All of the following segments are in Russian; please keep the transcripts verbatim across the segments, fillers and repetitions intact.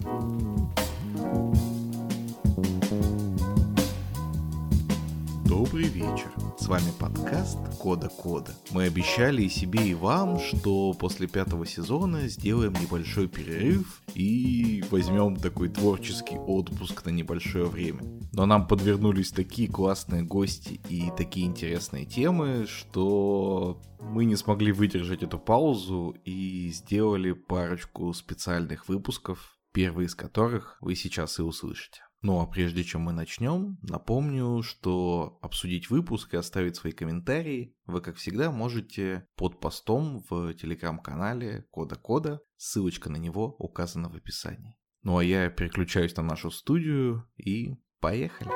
Добрый вечер. С вами подкаст Кода Кода. Мы обещали и себе, и вам, что после пятого сезона сделаем небольшой перерыв и возьмем такой творческий отпуск на небольшое время. Но нам подвернулись такие классные гости и такие интересные темы, что мы не смогли выдержать эту паузу и сделали парочку специальных выпусков, первый из которых вы сейчас и услышите. Ну а прежде чем мы начнем, напомню, что обсудить выпуск и оставить свои комментарии вы, как всегда, можете под постом в телеграм-канале Кода Кода, ссылочка на него указана в описании. Ну а я переключаюсь на нашу студию и поехали!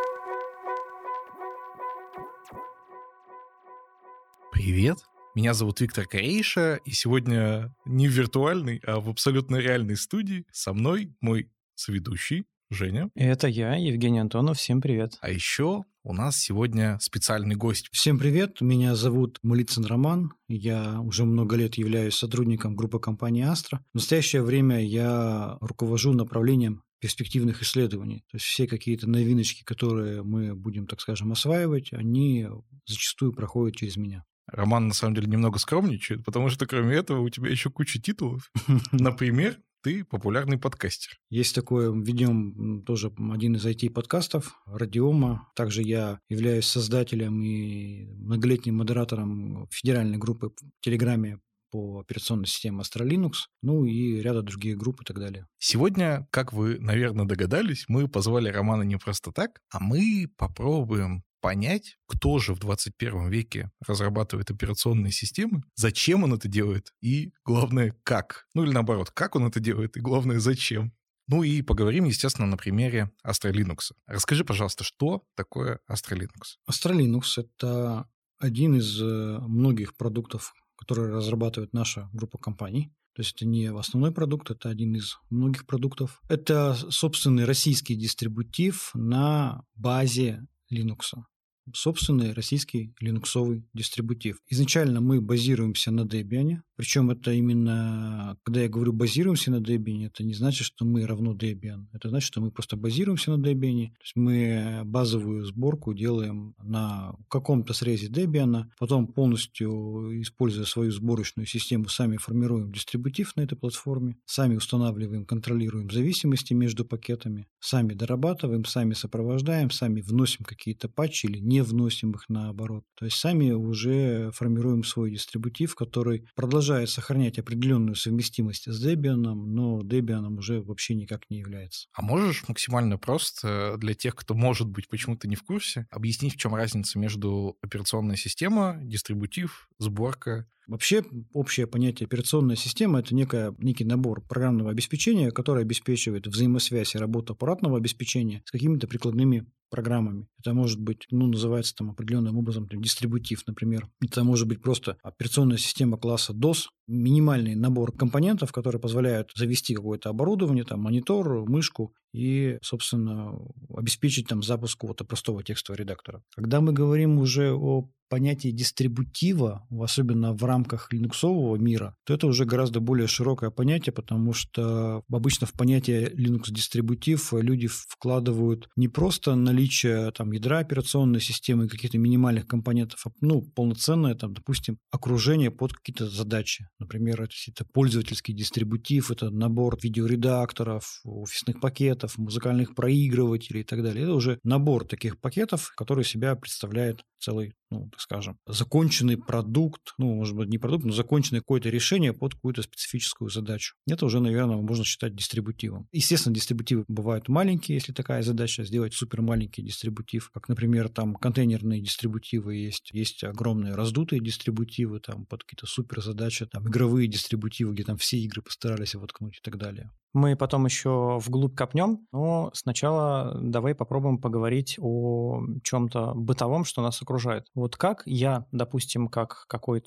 Привет! Меня зовут Виктор Корейша, и сегодня не в виртуальной, а в абсолютно реальной студии со мной мой соведущий Женя. Это я, Евгений Антонов. Всем привет. А еще у нас сегодня специальный гость. Всем привет, меня зовут Малицын Роман. Я уже много лет являюсь сотрудником группы компании Astra. В настоящее время я руковожу направлением перспективных исследований. То есть все какие-то новиночки, которые мы будем, так скажем, осваивать, они зачастую проходят через меня. Роман, на самом деле, немного скромничает, потому что, кроме этого, у тебя еще куча титулов. Например, ты популярный подкастер. Есть такое, ведем тоже один из ай ти-подкастов, Радиома. Также я являюсь создателем и многолетним модератором федеральной группы в Телеграме по операционной системе Astra Linux, ну и ряда других групп и так далее. Сегодня, как вы, наверное, догадались, мы позвали Романа не просто так, а мы попробуем понять, кто же в двадцать первом веке разрабатывает операционные системы, зачем он это делает и, главное, как. Ну или наоборот, как он это делает и, главное, зачем. Ну и поговорим, естественно, на примере Astra Linux. Расскажи, пожалуйста, что такое Astra Linux? Astra Linux – это один из многих продуктов, которые разрабатывает наша группа компаний. То есть это не основной продукт, это один из многих продуктов. Это собственный российский дистрибутив на базе Linux. Собственный российский линуксовый дистрибутив. Изначально мы базируемся на Debian, причем это именно, когда я говорю базируемся на Debian, это не значит, что мы равно Debian. Это значит, что мы просто базируемся на Debian. То есть мы базовую сборку делаем на каком-то срезе Debian, потом полностью, используя свою сборочную систему, сами формируем дистрибутив на этой платформе, сами устанавливаем, контролируем зависимости между пакетами, сами дорабатываем, сами сопровождаем, сами вносим какие-то патчи или не вносим их наоборот. То есть сами уже формируем свой дистрибутив, который продолжает сохранять определенную совместимость с Debian, но Debian уже вообще никак не является. А можешь максимально просто для тех, кто, может быть, почему-то не в курсе, объяснить, в чем разница между операционной системой, дистрибутив, сборка? Вообще, общее понятие операционная система – это некая, некий набор программного обеспечения, который обеспечивает взаимосвязь и работу аппаратного обеспечения с какими-то прикладными программами. Это может быть, ну, называется там определенным образом там, дистрибутив, например. Это может быть просто операционная система класса дос, минимальный набор компонентов, которые позволяют завести какое-то оборудование, там, монитор, мышку и, собственно, обеспечить там запуск какого-то простого текстового редактора. Когда мы говорим уже о понятие дистрибутива, особенно в рамках линуксового мира, то это уже гораздо более широкое понятие, потому что обычно в понятие Linux-дистрибутив люди вкладывают не просто наличие там, ядра операционной системы, каких-то минимальных компонентов, а ну, полноценное, там, допустим, окружение под какие-то задачи. Например, это, это пользовательский дистрибутив, это набор видеоредакторов, офисных пакетов, музыкальных проигрывателей и так далее. Это уже набор таких пакетов, который себя представляет целый, ну, так скажем, законченный продукт, ну, может быть, не продукт, но законченное какое-то решение под какую-то специфическую задачу. Это уже, наверное, можно считать дистрибутивом. Естественно, дистрибутивы бывают маленькие, если такая задача, сделать супер маленький дистрибутив, как, например, там контейнерные дистрибутивы есть, есть огромные раздутые дистрибутивы, там, под какие-то супер задачи, там, игровые дистрибутивы, где там все игры постарались воткнуть и так далее. Мы потом еще вглубь копнем, но сначала давай попробуем поговорить о чем-то бытовом, что нас окружает. Вот как я, допустим, как какой-то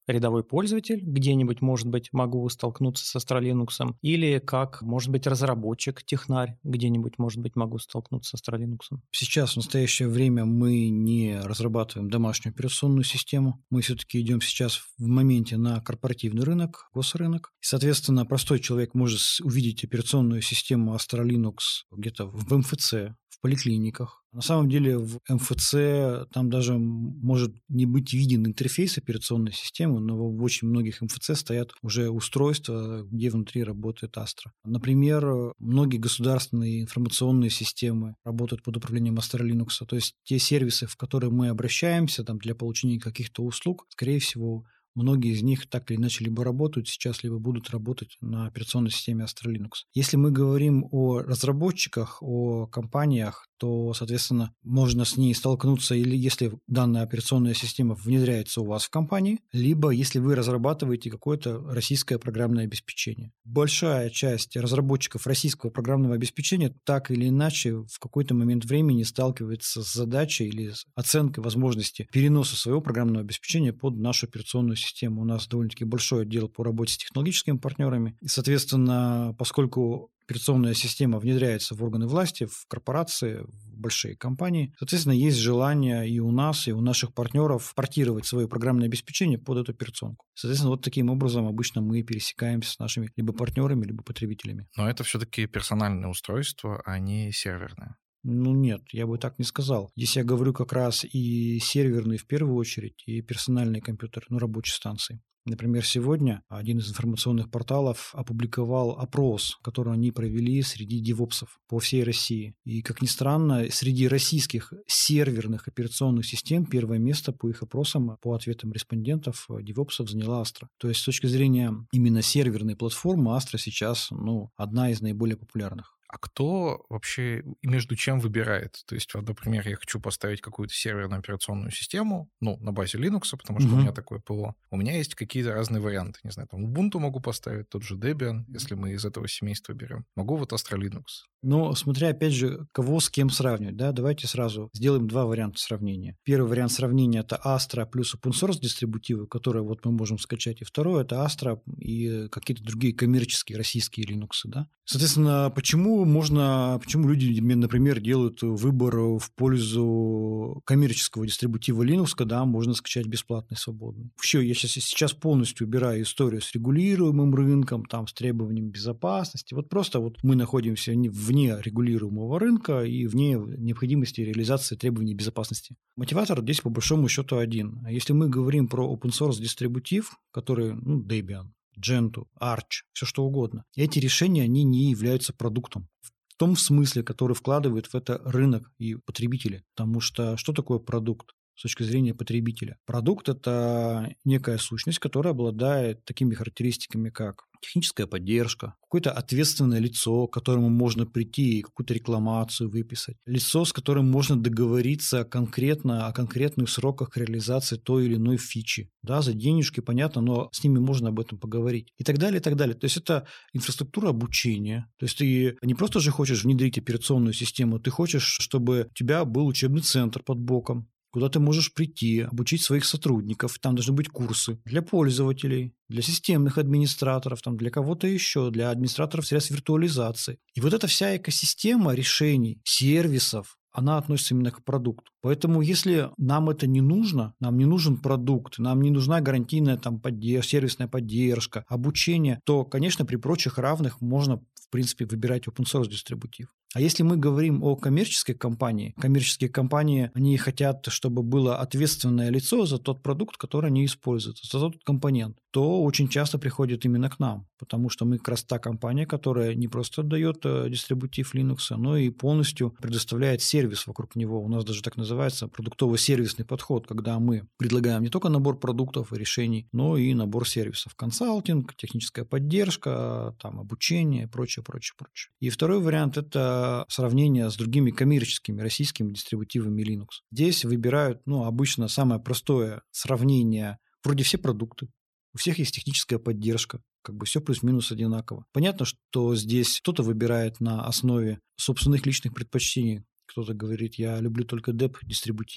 рядовой пользователь, где-нибудь, может быть, могу столкнуться с Astra Linux, или как, может быть, разработчик, технарь, где-нибудь, может быть, могу столкнуться с Astra Linux. Сейчас, в настоящее время, мы не разрабатываем домашнюю операционную систему. Мы все-таки идем сейчас в моменте на корпоративный рынок, госрынок. И, соответственно, простой человек может увидеть операционную систему Astra Linux где-то в эм эф цэ, в поликлиниках. На самом деле в эм эф цэ там даже может не быть виден интерфейс операционной системы, но в очень многих эм эф цэ стоят уже устройства, где внутри работает Astra. Например, многие государственные информационные системы работают под управлением Astra Linux. То есть те сервисы, в которые мы обращаемся там, для получения каких-то услуг, скорее всего, многие из них так или иначе либо работают сейчас, либо будут работать на операционной системе Astra Linux. Если мы говорим о разработчиках, о компаниях, то, соответственно, можно с ней столкнуться, или если данная операционная система внедряется у вас в компании, либо если вы разрабатываете какое-то российское программное обеспечение. Большая часть разработчиков российского программного обеспечения так или иначе в какой-то момент времени сталкивается с задачей или с оценкой возможности переноса своего программного обеспечения под нашу операционную систему. У нас довольно-таки большой отдел по работе с технологическими партнерами. И, соответственно, поскольку операционная система внедряется в органы власти, в корпорации, в большие компании, соответственно, есть желание и у нас, и у наших партнеров портировать свое программное обеспечение под эту операционку. Соответственно, вот таким образом обычно мы пересекаемся с нашими либо партнерами, либо потребителями. Но это все-таки персональное устройство, а не серверное. Ну нет, я бы так не сказал. Здесь я говорю как раз и серверные в первую очередь, и персональные компьютеры, ну, рабочие станции. Например, сегодня один из информационных порталов опубликовал опрос, который они провели среди девопсов по всей России. И, как ни странно, среди российских серверных операционных систем первое место по их опросам, по ответам респондентов, девопсов заняла Astra. То есть с точки зрения именно серверной платформы Astra сейчас ну, одна из наиболее популярных. А кто вообще между чем выбирает? То есть, вот, например, я хочу поставить какую-то серверную операционную систему, ну, на базе Linux, потому что mm-hmm. у меня такое ПО. У меня есть какие-то разные варианты. Не знаю, там Ubuntu могу поставить, тот же Debian, если мы из этого семейства берем. Могу вот Astra Linux. Ну, смотря, опять же, кого с кем сравнивать, да, давайте сразу сделаем два варианта сравнения. Первый вариант сравнения – это Astra плюс open source дистрибутивы, которые вот мы можем скачать, и второй – это Astra и какие-то другие коммерческие российские Linux, да. Соответственно, почему можно, почему люди, например, делают выбор в пользу коммерческого дистрибутива Linux, когда можно скачать бесплатный, свободный. Вообще, я сейчас, сейчас полностью убираю историю с регулируемым рынком, там, с требованием безопасности. Вот просто вот мы находимся вне регулируемого рынка и вне необходимости реализации требований безопасности. Мотиватор здесь по большому счету один. Если мы говорим про open source дистрибутив, который, ну, Debian, Gentoo, Arch, все что угодно. Эти решения, они не являются продуктом. В том смысле, который вкладывает в это рынок и потребители. Потому что что такое продукт с точки зрения потребителя? Продукт – это некая сущность, которая обладает такими характеристиками, как техническая поддержка, какое-то ответственное лицо, к которому можно прийти и какую-то рекламацию выписать, лицо, с которым можно договориться конкретно о конкретных сроках реализации той или иной фичи. Да, за денежки, понятно, но с ними можно об этом поговорить. И так далее, и так далее. То есть это инфраструктура обучения. То есть ты не просто же хочешь внедрить операционную систему, ты хочешь, чтобы у тебя был учебный центр под боком, куда ты можешь прийти, обучить своих сотрудников. Там должны быть курсы для пользователей, для системных администраторов, там, для кого-то еще, для администраторов средств виртуализации. И вот эта вся экосистема решений, сервисов, она относится именно к продукту. Поэтому если нам это не нужно, нам не нужен продукт, нам не нужна гарантийная там, поддержка, сервисная поддержка, обучение, то, конечно, при прочих равных можно, в принципе, выбирать open source дистрибутив. А если мы говорим о коммерческой компании, коммерческие компании, они хотят, чтобы было ответственное лицо за тот продукт, который они используют, за тот компонент, то очень часто приходят именно к нам, потому что мы как раз та компания, которая не просто дает дистрибутив Linux, но и полностью предоставляет сервис вокруг него. У нас даже так называется продуктово-сервисный подход, когда мы предлагаем не только набор продуктов и решений, но и набор сервисов. Консалтинг, техническая поддержка, там, обучение и прочее, прочее, прочее. И второй вариант – это сравнение с другими коммерческими российскими дистрибутивами Linux. Здесь выбирают, ну, обычно самое простое сравнение. Вроде все продукты, у всех есть техническая поддержка, как бы все плюс-минус одинаково. Понятно, что здесь кто-то выбирает на основе собственных личных предпочтений. Кто-то говорит, я люблю только деп-дистрибутивы,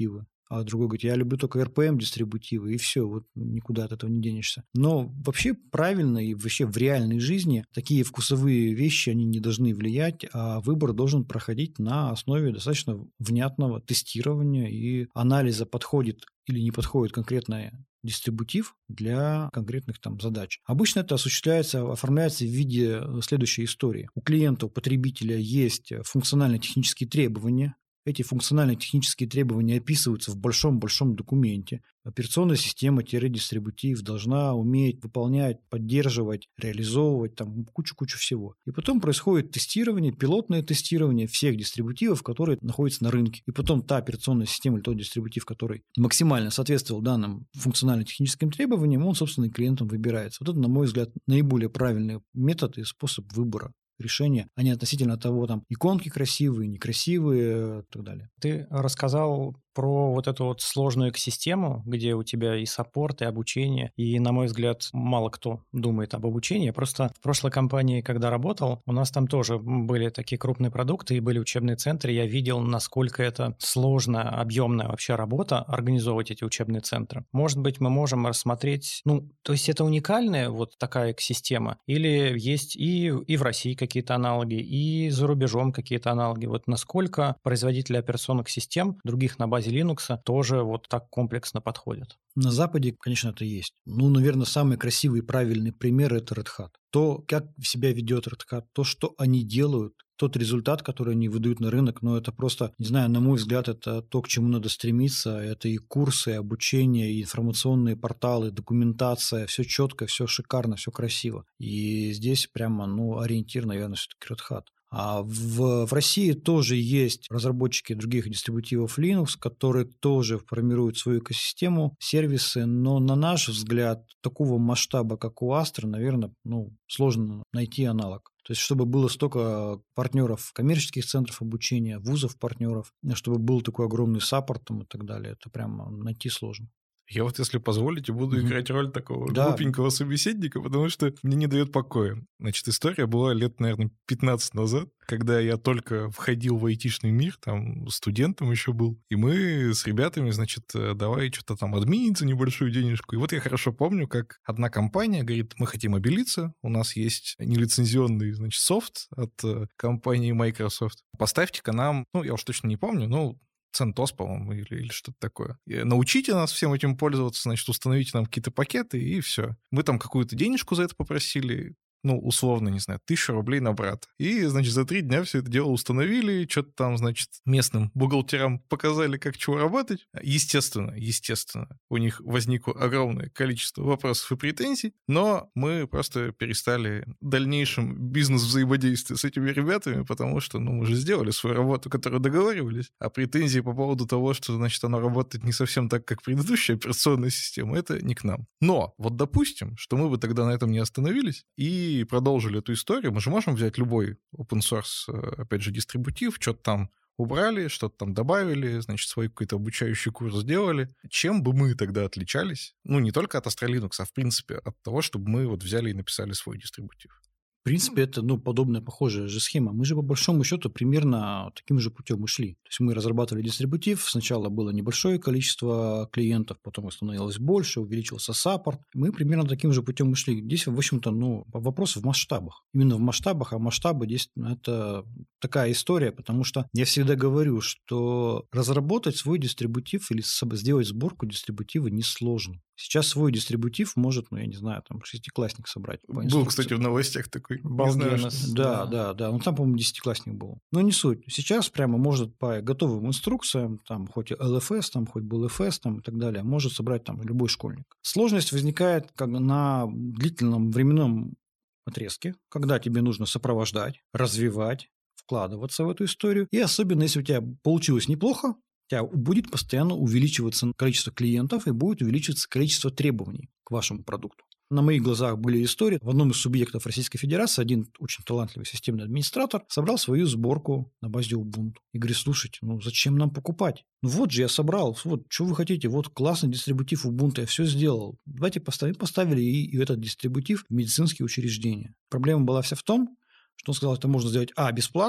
а другой говорит, я люблю только эр пи эм-дистрибутивы, и все, вот никуда от этого не денешься. Но вообще правильно и вообще в реальной жизни такие вкусовые вещи, они не должны влиять, а выбор должен проходить на основе достаточно внятного тестирования и анализа, подходит или не подходит конкретный дистрибутив для конкретных там задач. Обычно это осуществляется, оформляется в виде следующей истории. У клиента, у потребителя есть функционально-технические требования. Эти функционально-технические требования описываются в большом-большом документе. Операционная система-дистрибутив должна уметь выполнять, поддерживать, реализовывать там кучу-кучу всего. И потом происходит тестирование, пилотное тестирование всех дистрибутивов, которые находятся на рынке. И потом та операционная система или тот дистрибутив, который максимально соответствовал данным функционально-техническим требованиям, он, собственно, и клиентом выбирается. Вот это, на мой взгляд, наиболее правильный метод и способ выбора решения, а не относительно того, там, иконки красивые, некрасивые и так далее. Ты рассказал про вот эту вот сложную экосистему, где у тебя и саппорт, и обучение, и, на мой взгляд, мало кто думает об обучении. Просто в прошлой компании, когда работал, у нас там тоже были такие крупные продукты, и были учебные центры, я видел, насколько это сложная, объемная вообще работа организовывать эти учебные центры. Может быть, мы можем рассмотреть, ну, то есть это уникальная вот такая экосистема, или есть и, и в России какие-то аналоги, и за рубежом какие-то аналоги. Вот насколько производители операционных систем других на базе Linux тоже вот так комплексно подходят? На Западе, конечно, это есть. Ну, наверное, самый красивый и правильный пример – это Red Hat. То, как себя ведет Red Hat, то, что они делают, тот результат, который они выдают на рынок, ну, это просто, не знаю, на мой взгляд, это то, к чему надо стремиться. Это и курсы, и обучение, и информационные порталы, документация, все четко, все шикарно, все красиво. И здесь прямо, ну, ориентир, наверное, все-таки Red Hat. А в, в России тоже есть разработчики других дистрибутивов Linux, которые тоже формируют свою экосистему, сервисы, но на наш взгляд такого масштаба, как у Astra, наверное, ну, сложно найти аналог. То есть, чтобы было столько партнеров, коммерческих центров обучения, вузов-партнеров, чтобы был такой огромный саппорт там, и так далее, это прямо найти сложно. Я вот, если позволите, буду mm-hmm. играть роль такого да. глупенького собеседника, потому что мне не дает покоя. Значит, история была лет, наверное, пятнадцать назад, когда я только входил в айтишный мир, там студентом еще был, и мы с ребятами, значит, давай что-то там админить за небольшую денежку. И вот я хорошо помню, как одна компания говорит, мы хотим обелиться, у нас есть нелицензионный, значит, софт от компании Microsoft. Поставьте-ка нам, ну, я уж точно не помню, ну, CentOS, по-моему, или, или что-то такое. И научите нас всем этим пользоваться, значит, установите нам какие-то пакеты, и все. Мы там какую-то денежку за это попросили, ну, условно, не знаю, тысячу рублей на брата. И, значит, за три дня все это дело установили, что-то там, значит, местным бухгалтерам показали, как чего работать. Естественно, естественно, у них возникло огромное количество вопросов и претензий, но мы просто перестали дальнейшем бизнес-взаимодействие с этими ребятами, потому что, ну, мы же сделали свою работу, которую договаривались, а претензии по поводу того, что, значит, оно работает не совсем так, как предыдущая операционная система, это не к нам. Но вот допустим, что мы бы тогда на этом не остановились и и продолжили эту историю, мы же можем взять любой open source, опять же, дистрибутив, что-то там убрали, что-то там добавили, значит, свой какой-то обучающий курс сделали. Чем бы мы тогда отличались? Ну, не только от Astra Linux, а в принципе от того, чтобы мы вот взяли и написали свой дистрибутив. В принципе, это, ну, подобная, похожая же схема. Мы же, по большому счету, примерно таким же путем и шли. То есть мы разрабатывали дистрибутив, сначала было небольшое количество клиентов, потом становилось больше, увеличился саппорт. Мы примерно таким же путем и шли. Здесь, в общем-то, ну, вопрос в масштабах. Именно в масштабах, а масштабы здесь это такая история, потому что я всегда говорю, что разработать свой дистрибутив или сделать сборку дистрибутива несложно. Сейчас свой дистрибутив может, ну, я не знаю, там, шестиклассник собрать. Был, кстати, в новостях такой. Балгенос. Да, да, да, да. Ну, там, по-моему, десятиклассник был. Но не суть. Сейчас прямо может по готовым инструкциям, там, хоть эл эф эс, там, хоть би эл эф эс, там, и так далее, может собрать там любой школьник. Сложность возникает как на длительном временном отрезке, когда тебе нужно сопровождать, развивать, вкладываться в эту историю. И особенно, если у тебя получилось неплохо, у тебя будет постоянно увеличиваться количество клиентов и будет увеличиваться количество требований к вашему продукту. На моих глазах были истории. В одном из субъектов Российской Федерации один очень талантливый системный администратор собрал свою сборку на базе Ubuntu. И говорит, слушайте, ну зачем нам покупать? Ну вот же я собрал, вот что вы хотите, вот классный дистрибутив Ubuntu, я все сделал. Давайте поставим. Поставили и, и этот дистрибутив в медицинские учреждения. Проблема была вся в том, что он сказал, это можно сделать, а, бесплатно,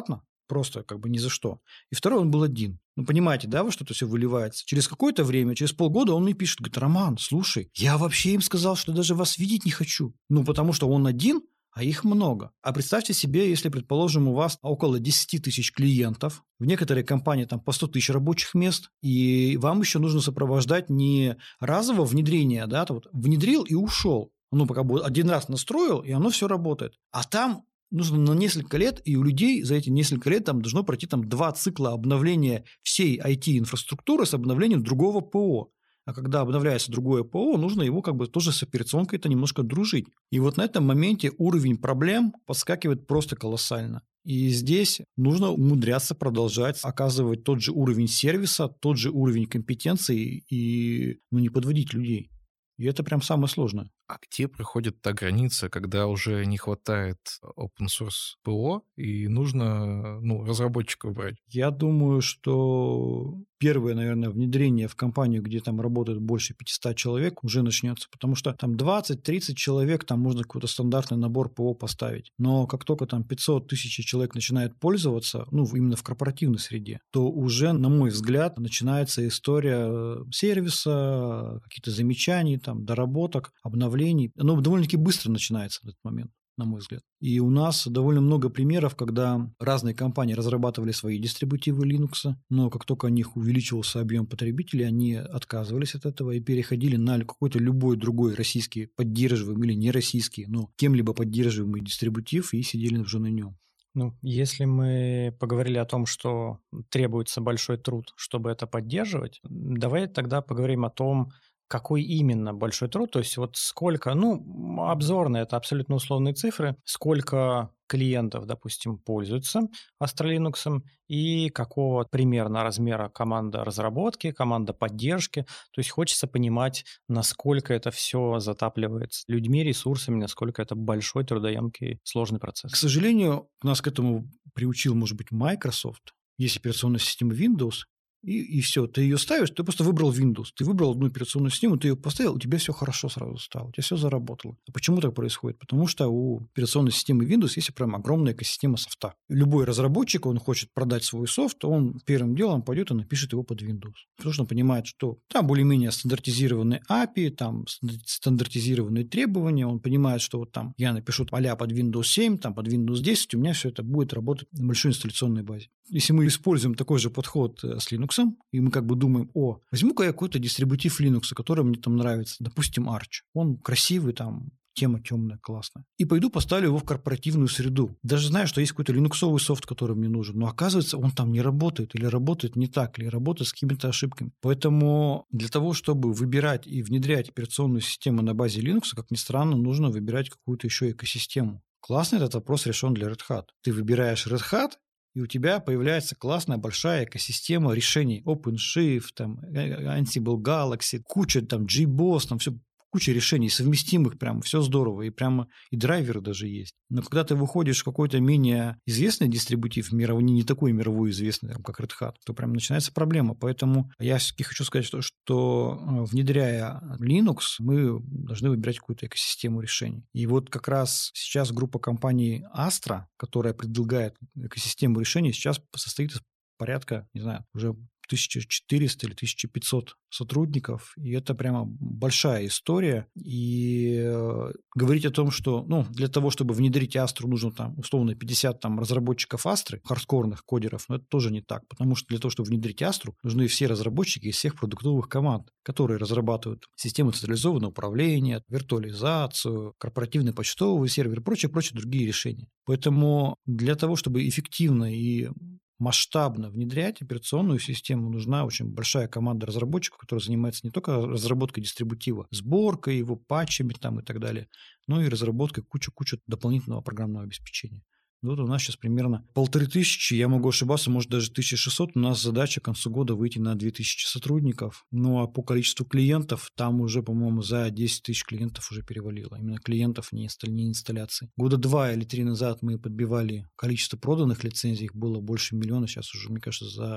Просто как бы ни за что. И второй, он был один. Ну, понимаете, да, во что это все выливается? Через какое-то время, через полгода он мне пишет, говорит: Роман, слушай, я вообще им сказал, что даже вас видеть не хочу. Ну, потому что он один, а их много. А представьте себе, если, предположим, у вас около десять тысяч клиентов, в некоторой компании там по сто тысяч рабочих мест, и вам еще нужно сопровождать не разово внедрение, да, то вот внедрил и ушел. Ну, пока бы один раз настроил, и оно все работает. А там нужно на несколько лет, и у людей за эти несколько лет там должно пройти там два цикла обновления всей ай ти-инфраструктуры с обновлением другого ПО. А когда обновляется другое ПО, нужно его как бы тоже с операционкой-то немножко дружить. И вот на этом моменте уровень проблем подскакивает просто колоссально. И здесь нужно умудряться продолжать оказывать тот же уровень сервиса, тот же уровень компетенции и ну, не подводить людей. И это прям самое сложное. А где проходит та граница, когда уже не хватает open source ПО и нужно ну, разработчиков брать? Я думаю, что первое, наверное, внедрение в компанию, где там работает больше пятьсот человек, уже начнется, потому что там двадцать-тридцать человек, там можно какой-то стандартный набор ПО поставить. Но как только там пятьсот тысяч человек начинает пользоваться, ну, именно в корпоративной среде, то уже, на мой взгляд, начинается история сервиса, каких-то замечаний, там, доработок, обновлений. Оно довольно-таки быстро начинается в этот момент, на мой взгляд. И у нас довольно много примеров, когда разные компании разрабатывали свои дистрибутивы Linux, но как только у них увеличивался объем потребителей, они отказывались от этого и переходили на какой-то любой другой российский поддерживаемый или не российский, но кем-либо поддерживаемый дистрибутив и сидели уже на нем. Ну, если мы поговорили о том, что требуется большой труд, чтобы это поддерживать, давай тогда поговорим о том, какой именно большой труд, то есть вот сколько, ну, обзорно, это абсолютно условные цифры, сколько клиентов, допустим, пользуются Astra Linux и какого примерно размера команда разработки, команда поддержки, то есть хочется понимать, насколько это все затапливается людьми, ресурсами, насколько это большой, трудоемкий, сложный процесс. К сожалению, нас к этому приучил, может быть, Microsoft. Есть операционная система Windows, И, и все, ты ее ставишь, ты просто выбрал Windows, ты выбрал одну операционную систему, ты ее поставил, у тебя все хорошо сразу стало, у тебя все заработало. А почему так происходит? Потому что у операционной системы Windows есть прям огромная экосистема софта. Любой разработчик, он хочет продать свой софт, он первым делом пойдет и напишет его под Windows. Потому что он понимает, что там более-менее стандартизированные эй пи ай, там стандартизированные требования, он понимает, что вот там я напишу а-ля под Windows семь, там под Windows десять, у меня все это будет работать на большой инсталляционной базе. Если мы используем такой же подход с Linux, и мы как бы думаем, о, возьму-ка я какой-то дистрибутив Linux, который мне там нравится, допустим, Arch. Он красивый, там, тема темная, классная. И пойду поставлю его в корпоративную среду. Даже знаю, что есть какой-то линуксовый софт, который мне нужен, но оказывается, он там не работает, или работает не так, или работает с какими-то ошибками. Поэтому для того, чтобы выбирать и внедрять операционную систему на базе Linux, как ни странно, нужно выбирать какую-то еще экосистему. Классно этот вопрос решен для Red Hat. Ты выбираешь Red Hat, и у тебя появляется классная большая экосистема решений. OpenShift, там, Ansible Galaxy, куча там JBoss, там все, куча решений совместимых, прям все здорово, и прямо и драйверы даже есть. Но когда ты выходишь в какой-то менее известный дистрибутив, мировой, не такой мировой известный, там, как Red Hat, то прям начинается проблема. Поэтому я все-таки хочу сказать, что, что внедряя Linux, мы должны выбирать какую-то экосистему решений. И вот как раз сейчас группа компаний Astra, которая предлагает экосистему решений, сейчас состоит из порядка, не знаю, уже тысяча четыреста или тысяча пятьсот сотрудников, и это прямо большая история. И э, говорить о том, что ну, для того, чтобы внедрить Астру, нужно там условно пятьдесят там, разработчиков Астры, хардкорных кодеров, но это тоже не так, потому что для того, чтобы внедрить Астру, нужны все разработчики из всех продуктовых команд, которые разрабатывают систему централизованного управления, виртуализацию, корпоративный почтовый сервер и прочие-прочие другие решения. Поэтому для того, чтобы эффективно и масштабно внедрять операционную систему, нужна очень большая команда разработчиков, которая занимается не только разработкой дистрибутива, сборкой его, патчами там и так далее, но и разработкой кучу-кучу дополнительного программного обеспечения. Вот у нас сейчас примерно полторы тысячи, я могу ошибаться, может даже тысяча шестьсот. У нас задача к концу года выйти на две тысячи сотрудников. Ну а по количеству клиентов, там уже, по-моему, за десять тысяч клиентов уже перевалило. Именно клиентов, не инсталляций. Года два или три назад мы подбивали количество проданных лицензий, их было больше миллиона, сейчас уже, мне кажется, за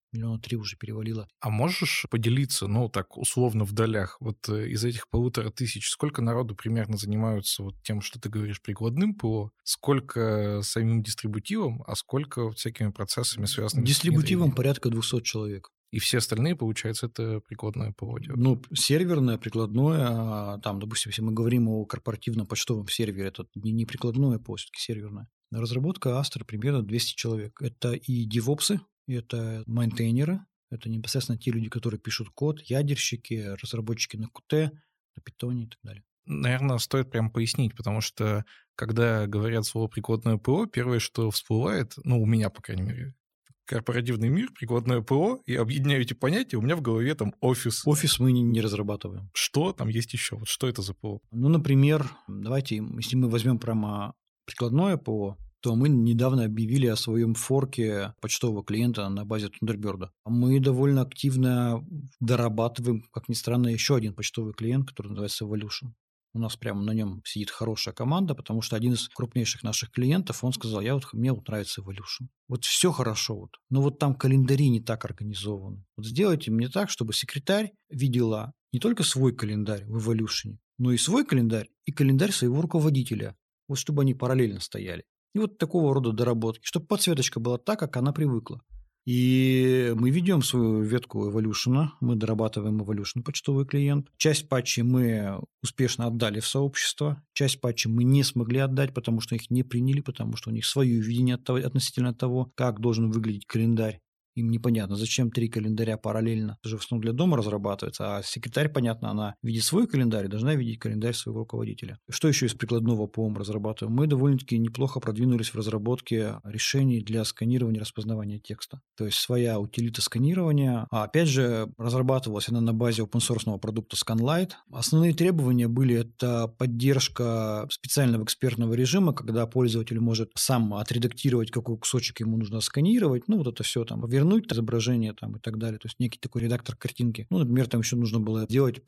Миллиона три уже перевалило. А можешь поделиться, ну, так, условно, в долях, вот э, из этих полутора тысяч, сколько народу примерно занимаются вот тем, что ты говоришь, прикладным ПО, сколько самим дистрибутивом, а сколько всякими процессами, связанными Дистрибутивом с внедрением? порядка двухсот человек. И все остальные, получается, это прикладное ПО делают? Ну, серверное, прикладное, а там, допустим, если мы говорим о корпоративном почтовом сервере, это не, не прикладное ПО, все-таки серверное. Разработка Astra примерно двести человек. Это и девопсы, это майнтейнеры, это непосредственно те люди, которые пишут код, ядерщики, разработчики на Qt, на Python и так далее. Наверное, стоит прям пояснить, потому что, когда говорят слово «прикладное ПО», первое, что всплывает, ну, у меня, по крайней мере, корпоративный мир, прикладное ПО, и объединяю эти понятия, у меня в голове там офис. Офис мы не, не разрабатываем. Что там есть еще? Вот что это за ПО? Ну, например, давайте, если мы возьмем прямо прикладное ПО, то мы недавно объявили о своем форке почтового клиента на базе Thunderbird. Мы довольно активно дорабатываем, как ни странно, еще один почтовый клиент, который называется Evolution. У нас прямо на нем сидит хорошая команда, потому что один из крупнейших наших клиентов, он сказал, я вот, мне вот нравится Evolution. Вот все хорошо, вот, но вот там календари не так организованы. Вот сделайте мне так, чтобы секретарь видела не только свой календарь в Evolution, но и свой календарь, и календарь своего руководителя. Вот чтобы они параллельно стояли. И вот такого рода доработки, чтобы подсветочка была так, как она привыкла. И мы ведем свою ветку Evolution, мы дорабатываем Evolution почтовый клиент. Часть патчей мы успешно отдали в сообщество, часть патчей мы не смогли отдать, потому что их не приняли, потому что у них свое видение относительно того, как должен выглядеть календарь. Им непонятно, зачем три календаря параллельно. Это же в основном для дома разрабатывается, а секретарь, понятно, она видит свой календарь, должна видеть календарь своего руководителя. Что еще из прикладного ПО мы разрабатываем? Мы довольно-таки неплохо продвинулись в разработке решений для сканирования и распознавания текста. То есть своя утилита сканирования. А опять же, разрабатывалась она на базе open-source продукта Scanlight. Основные требования были это поддержка специального экспертного режима, когда пользователь может сам отредактировать, какой кусочек ему нужно сканировать. Ну, вот это все там, вернуть изображение там и так далее. То есть некий такой редактор картинки. Ну, например, там еще нужно было делать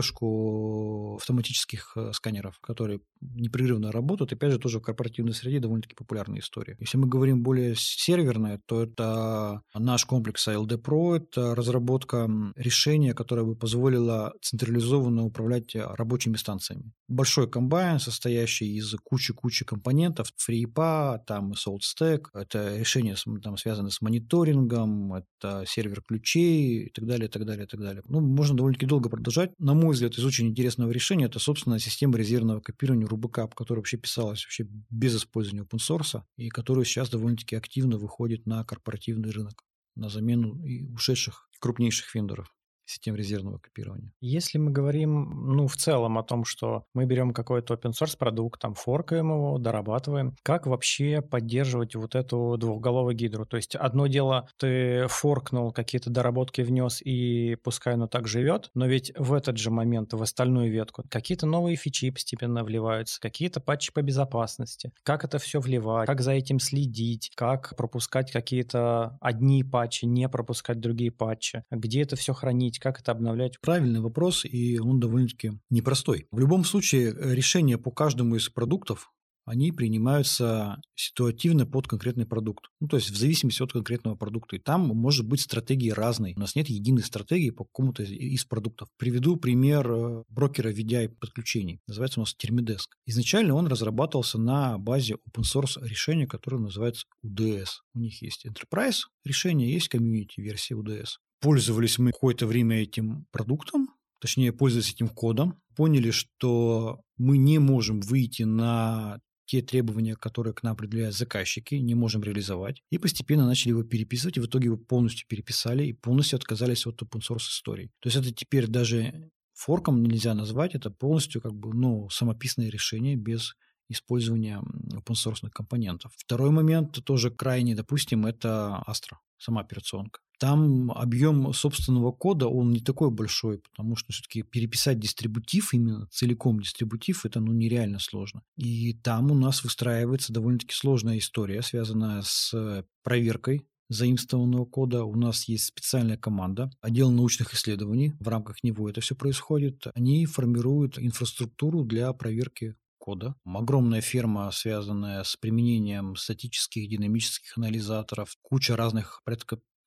поддержку автоматических сканеров, которые непрерывно работают. Опять же, тоже в корпоративной среде довольно-таки популярная история. Если мы говорим более серверное, то это наш комплекс эй эл ди Pro, это разработка решения, которое бы позволило централизованно управлять рабочими станциями. Большой комбайн, состоящий из кучи-кучи компонентов, FreePA, там SaltStack, это решения там, связаны с мониторингом, это сервер ключей и так далее, и так далее, и так далее. Ну, можно довольно-таки долго продолжать. На мой взгляд, из очень интересного решения это, собственно, система резервного копирования RubyCap, которая вообще писалась вообще без использования open source и которая сейчас довольно-таки активно выходит на корпоративный рынок на замену и ушедших крупнейших вендоров систем резервного копирования. Если мы говорим, ну, в целом о том, что мы берем какой-то open-source продукт, там, форкаем его, дорабатываем, как вообще поддерживать вот эту двухголовую гидру? То есть одно дело, ты форкнул, какие-то доработки внес, и пускай оно так живет, но ведь в этот же момент, в остальную ветку, какие-то новые фичи постепенно вливаются, какие-то патчи по безопасности. Как это все вливать? Как за этим следить? Как пропускать какие-то одни патчи, не пропускать другие патчи? Где это все хранить? Как это обновлять? Правильный вопрос, и он довольно-таки непростой. В любом случае, решения по каждому из продуктов, они принимаются ситуативно под конкретный продукт. Ну, то есть в зависимости от конкретного продукта. И там может быть стратегии разные. У нас нет единой стратегии по какому-то из продуктов. Приведу пример брокера ви ди ай-подключений. Называется у нас Termidesk. Изначально он разрабатывался на базе open-source решения, которое называется ю ди эс. У них есть Enterprise решение, есть комьюнити-версия ю ди эс. Пользовались мы какое-то время этим продуктом, точнее, пользовались этим кодом, поняли, что мы не можем выйти на те требования, которые к нам определяют заказчики, не можем реализовать, и постепенно начали его переписывать, и в итоге его полностью переписали и полностью отказались от open-source истории. То есть это теперь даже форком нельзя назвать, это полностью как бы, ну, самописное решение без использования open-source компонентов. Второй момент, тоже крайне допустим, это Astra, сама операционка. Там объем собственного кода, он не такой большой, потому что все-таки переписать дистрибутив, именно целиком дистрибутив, это ну, нереально сложно. И там у нас выстраивается довольно-таки сложная история, связанная с проверкой заимствованного кода. У нас есть специальная команда, отдел научных исследований, в рамках него это все происходит. Они формируют инфраструктуру для проверки кода. Огромная ферма, связанная с применением статических, динамических анализаторов, куча разных, порядка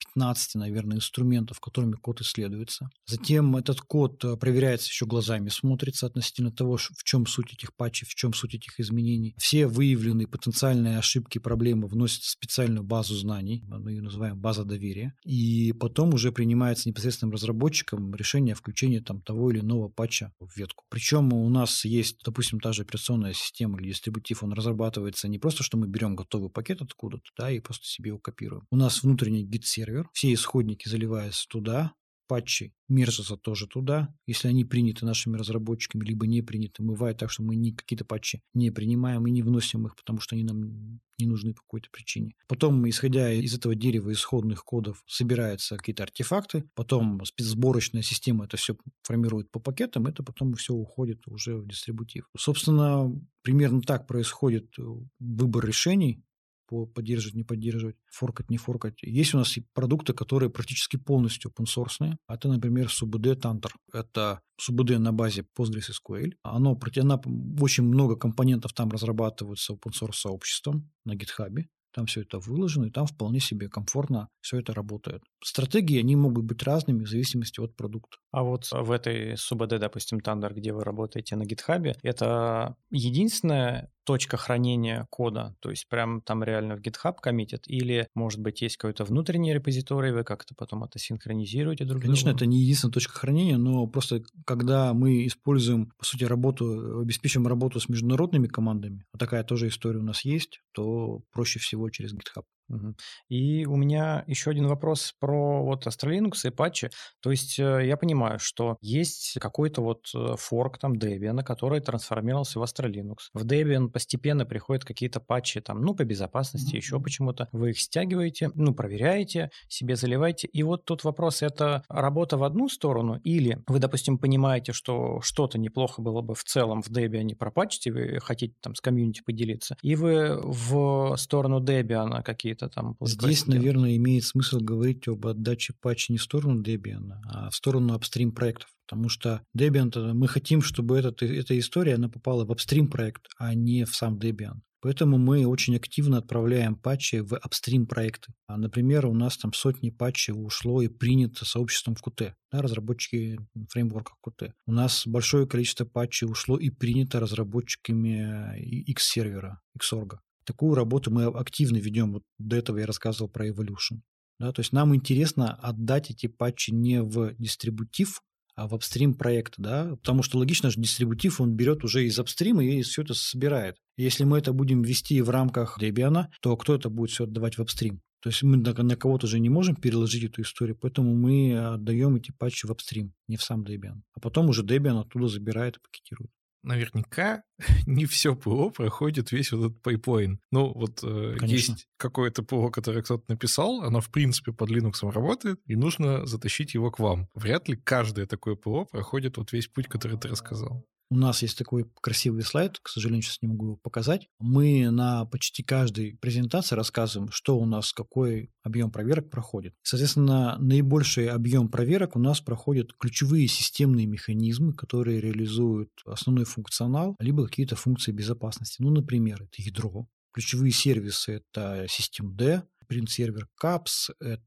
пятнадцати, наверное, инструментов, которыми код исследуется. Затем этот код проверяется еще глазами, смотрится относительно того, в чем суть этих патчей, в чем суть этих изменений. Все выявленные потенциальные ошибки, проблемы вносятся в специальную базу знаний, мы ее называем база доверия, и потом уже принимается непосредственным разработчиком решение о включении там, того или иного патча в ветку. Причем у нас есть, допустим, та же операционная система или дистрибутив, он разрабатывается не просто, что мы берем готовый пакет откуда-то, да, и просто себе его копируем. У нас внутренний гид-сервер, все исходники заливаются туда, патчи мержатся тоже туда. Если они приняты нашими разработчиками, либо не приняты, бывает так, что мы ни, какие-то патчи не принимаем и не вносим их, потому что они нам не нужны по какой-то причине. Потом, исходя из этого дерева исходных кодов, собираются какие-то артефакты, потом спецсборочная система это все формирует по пакетам, это потом все уходит уже в дистрибутив. Собственно, примерно так происходит выбор решений, по поддерживать, не поддерживать, форкать, не форкать. Есть у нас и продукты, которые практически полностью open-source. Это, например, субд Tantor. Это субд на базе PostgreSQL. Оно, она, очень много компонентов там разрабатываются open-source сообществом на GitHub. Там все это выложено, и там вполне себе комфортно все это работает. Стратегии, они могут быть разными в зависимости от продукта. А вот в этой субд, допустим, Tantor, где вы работаете на GitHub, это единственная точка хранения кода? То есть прям там реально в GitHub коммитят? Или, может быть, есть какой-то внутренний репозиторий, вы как-то потом это синхронизируете друг с другом? Конечно, это не единственная точка хранения, но просто когда мы используем, по сути, работу, обеспечиваем работу с международными командами, а такая тоже история у нас есть, то проще всего через GitHub. Угу. И у меня еще один вопрос про вот Astra-Linux и патчи. То есть я понимаю, что есть какой-то вот форк там Debian, который трансформировался в Astra-Linux. В Debian постепенно приходят какие-то патчи там, ну, по безопасности, mm-hmm. еще почему-то. Вы их стягиваете, ну, проверяете, себе заливаете. И вот тут вопрос, это работа в одну сторону или вы, допустим, понимаете, что что-то неплохо было бы в целом в Debian пропатчить, и вы хотите там с комьюнити поделиться, и вы в сторону Debian какие-то там... Здесь, наверное, имеет смысл говорить об отдаче патча не в сторону Debian, а в сторону апстрим проектов. Потому что Debian, мы хотим, чтобы этот, эта история она попала в апстрим проект, а не в сам Debian. Поэтому мы очень активно отправляем патчи в апстрим проекты. А, например, у нас там сотни патчей ушло и принято сообществом в кью ти, да, разработчики фреймворка кью ти. У нас большое количество патчей ушло и принято разработчиками X-сервера, Xorg. Такую работу мы активно ведем. Вот до этого я рассказывал про Evolution. Да, то есть нам интересно отдать эти патчи не в дистрибутив, а в апстрим проект, да, потому что логично же дистрибутив, он берет уже из апстрима и все это собирает. И если мы это будем вести в рамках Debian, то кто это будет все отдавать в апстрим? То есть мы на, на кого-то же не можем переложить эту историю, поэтому мы отдаем эти патчи в апстрим, не в сам Debian. А потом уже Debian оттуда забирает и пакетирует. Наверняка не все ПО проходит весь вот этот пайплайн. Ну, вот э, есть какое-то ПО, которое кто-то написал, оно, в принципе, под Linux работает, и нужно затащить его к вам. Вряд ли каждое такое ПО проходит вот весь путь, который ты рассказал. У нас есть такой красивый слайд, к сожалению, сейчас не могу его показать. Мы на почти каждой презентации рассказываем, что у нас, какой объем проверок проходит. Соответственно, наибольший объем проверок у нас проходят ключевые системные механизмы, которые реализуют основной функционал, либо какие-то функции безопасности. Ну, например, это ядро. Ключевые сервисы – это systemd, print-сервер капс,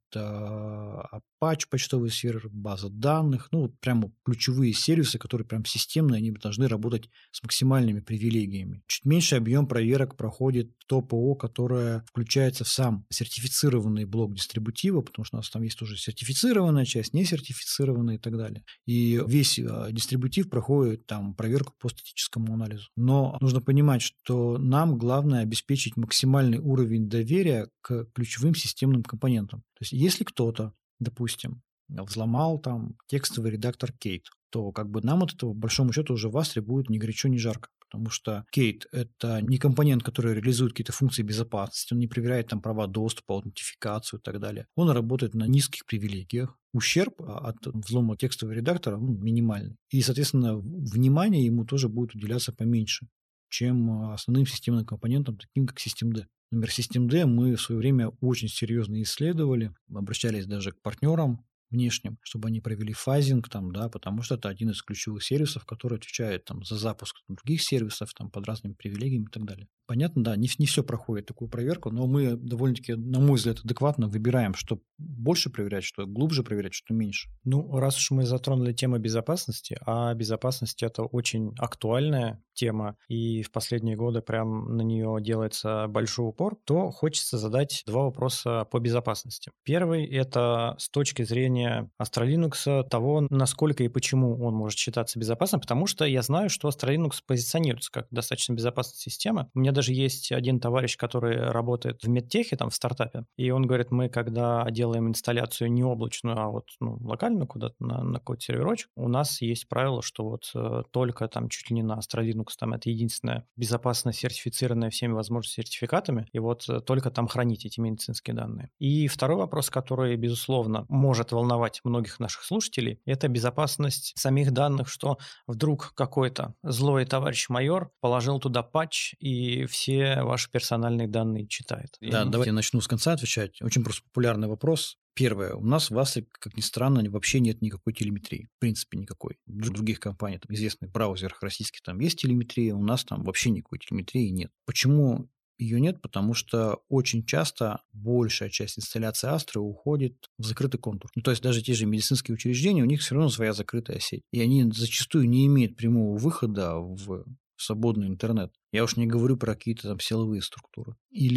это Apache почтовый сервер, база данных, ну, вот прямо ключевые сервисы, которые прям системные, они должны работать с максимальными привилегиями. Чуть меньший объем проверок проходит то ПО, которое включается в сам сертифицированный блок дистрибутива, потому что у нас там есть тоже сертифицированная часть, не сертифицированная и так далее. И весь дистрибутив проходит там проверку по статическому анализу. Но нужно понимать, что нам главное обеспечить максимальный уровень доверия к ключевым системным компонентам. То есть если кто-то, допустим, взломал там текстовый редактор Kate, то как бы нам от этого, по большому счету, уже в Астре будет ни горячо, ни жарко. Потому что Kate – это не компонент, который реализует какие-то функции безопасности, он не проверяет там права доступа, аутентификацию и так далее. Он работает на низких привилегиях. Ущерб от взлома текстового редактора ну, минимальный. И, соответственно, внимание ему тоже будет уделяться поменьше, чем основным системным компонентам, таким как systemd. Например, systemd мы в свое время очень серьезно исследовали, обращались даже к партнерам внешним, чтобы они провели фазинг, там, да, потому что это один из ключевых сервисов, который отвечает там, за запуск других сервисов там, под разными привилегиями и так далее. Понятно, да, не, не все проходит такую проверку, но мы довольно-таки, на мой взгляд, адекватно выбираем, что больше проверять, что глубже проверять, что меньше. Ну, раз уж мы затронули тему безопасности, а безопасность – это очень актуальная тема, и в последние годы прям на нее делается большой упор, то хочется задать два вопроса по безопасности. Первый – это с точки зрения Astra Linux, того, насколько и почему он может считаться безопасным, потому что я знаю, что Astra Linux позиционируется как достаточно безопасная система. У меня даже есть один товарищ, который работает в медтехе, там, в стартапе, и он говорит, мы, когда делаем инсталляцию не облачную, а вот ну, локально куда-то на, на какой-то серверочек, у нас есть правило, что вот э, только там чуть ли не на Astra Linux, там это единственная безопасно сертифицированная всеми возможными сертификатами, и вот э, только там хранить эти медицинские данные. И второй вопрос, который, безусловно, может волновать многих наших слушателей, это безопасность самих данных, что вдруг какой-то злой товарищ майор положил туда патч и все ваши персональные данные читает. Да, И... давайте я начну с конца отвечать. Очень просто популярный вопрос. Первое. У нас в Astra, как ни странно, вообще нет никакой телеметрии. В принципе, никакой. В других компаниях, там, известных браузерах российских, там есть телеметрия, у нас там вообще никакой телеметрии нет. Почему ее нет? Потому что очень часто большая часть инсталляции Astra уходит в закрытый контур. Ну, то есть даже те же медицинские учреждения, у них все равно своя закрытая сеть. И они зачастую не имеют прямого выхода в свободный интернет. Я уж не говорю про какие-то там силовые структуры.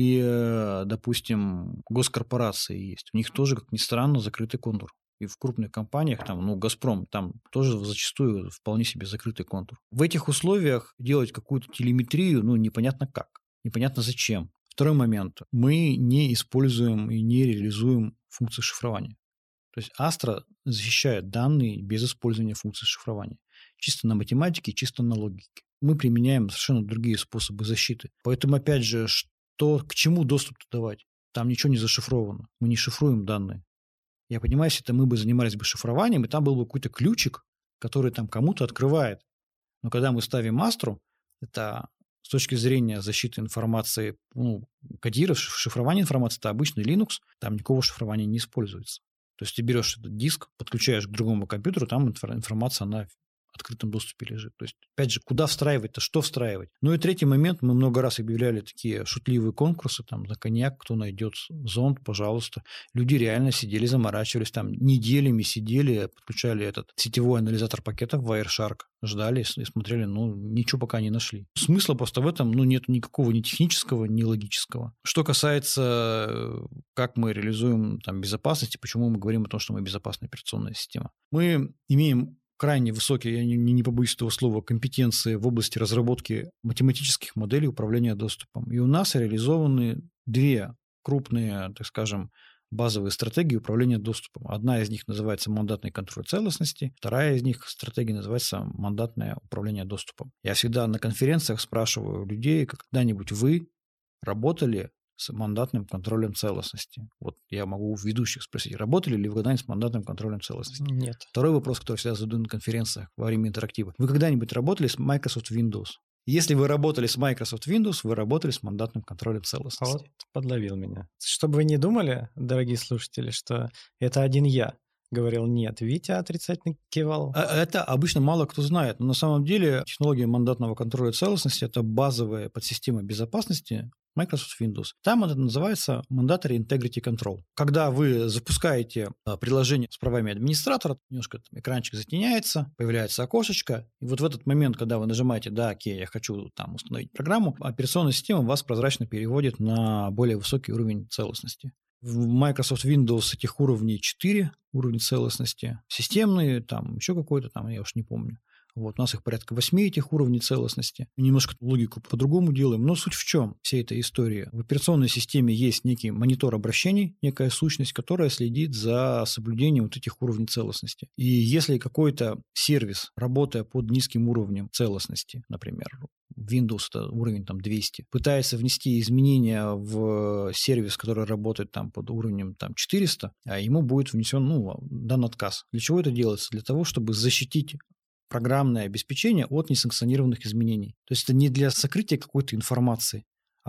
Или, допустим, госкорпорации есть. У них тоже, как ни странно, закрытый контур. И в крупных компаниях, там, ну, «Газпром», там тоже зачастую вполне себе закрытый контур. В этих условиях делать какую-то телеметрию, ну, непонятно как. Непонятно зачем. Второй момент. Мы не используем и не реализуем функции шифрования. То есть Astra защищает данные без использования функций шифрования. Чисто на математике, чисто на логике. Мы применяем совершенно другие способы защиты. Поэтому, опять же, что, к чему доступ давать? Там ничего не зашифровано. Мы не шифруем данные. Я понимаю, если это мы бы занимались бы шифрованием, и там был бы какой-то ключик, который там кому-то открывает. Но когда мы ставим Astra, это с точки зрения защиты информации, ну, кодирования, шифрования информации, это обычный Linux, там никакого шифрования не используется. То есть ты берешь этот диск, подключаешь к другому компьютеру, там информация, она в открытом доступе лежит. То есть, опять же, куда встраивать-то, что встраивать? Ну и третий момент, мы много раз объявляли такие шутливые конкурсы, там, за коньяк, кто найдет зонд, пожалуйста. Люди реально сидели, заморачивались, там, неделями сидели, подключали этот сетевой анализатор пакетов Wireshark, ждали и смотрели, ну, ничего пока не нашли. Смысла просто в этом, ну, нет никакого ни технического, ни логического. Что касается, как мы реализуем там безопасность, почему мы говорим о том, что мы безопасная операционная система. Мы имеем крайне высокие, я не, не побоюсь этого слова, компетенции в области разработки математических моделей управления доступом. И у нас реализованы две крупные, так скажем, базовые стратегии управления доступом. Одна из них называется мандатный контроль целостности, вторая из них стратегия называется мандатное управление доступом. Я всегда на конференциях спрашиваю людей, когда-нибудь вы работали с мандатным контролем целостности? Вот я могу у ведущих спросить, работали ли вы когда-нибудь с мандатным контролем целостности? Нет. Второй вопрос, который всегда задаю на конференциях во время интерактива. Вы когда-нибудь работали с Microsoft Windows? Если вы работали с Microsoft Windows, вы работали с мандатным контролем целостности. А вот подловил меня. Чтобы вы не думали, дорогие слушатели, что это один я говорил нет, Витя отрицательно кивал. Это обычно мало кто знает, но на самом деле технология мандатного контроля целостности – это базовая подсистема безопасности Microsoft Windows. Там это называется Mandatory Integrity Control. Когда вы запускаете приложение с правами администратора, немножко там экранчик затеняется, появляется окошечко, и вот в этот момент, когда вы нажимаете «Да, окей, я хочу там установить программу», операционная система вас прозрачно переводит на более высокий уровень целостности. В Microsoft Windows этих уровней четыре уровня целостности. Системные, там еще какой-то, там я уж не помню. Вот, у нас их порядка восьми этих уровней целостности. Немножко логику по-другому делаем. Но суть в чем всей этой истории? В операционной системе есть некий монитор обращений, некая сущность, которая следит за соблюдением вот этих уровней целостности. И если какой-то сервис, работая под низким уровнем целостности, например, Windows это уровень там двести, пытается внести изменения в сервис, который работает там под уровнем там четыреста, а ему будет внесен, ну, дан отказ. Для чего это делается? Для того, чтобы защитить программное обеспечение от несанкционированных изменений. То есть это не для сокрытия какой-то информации, а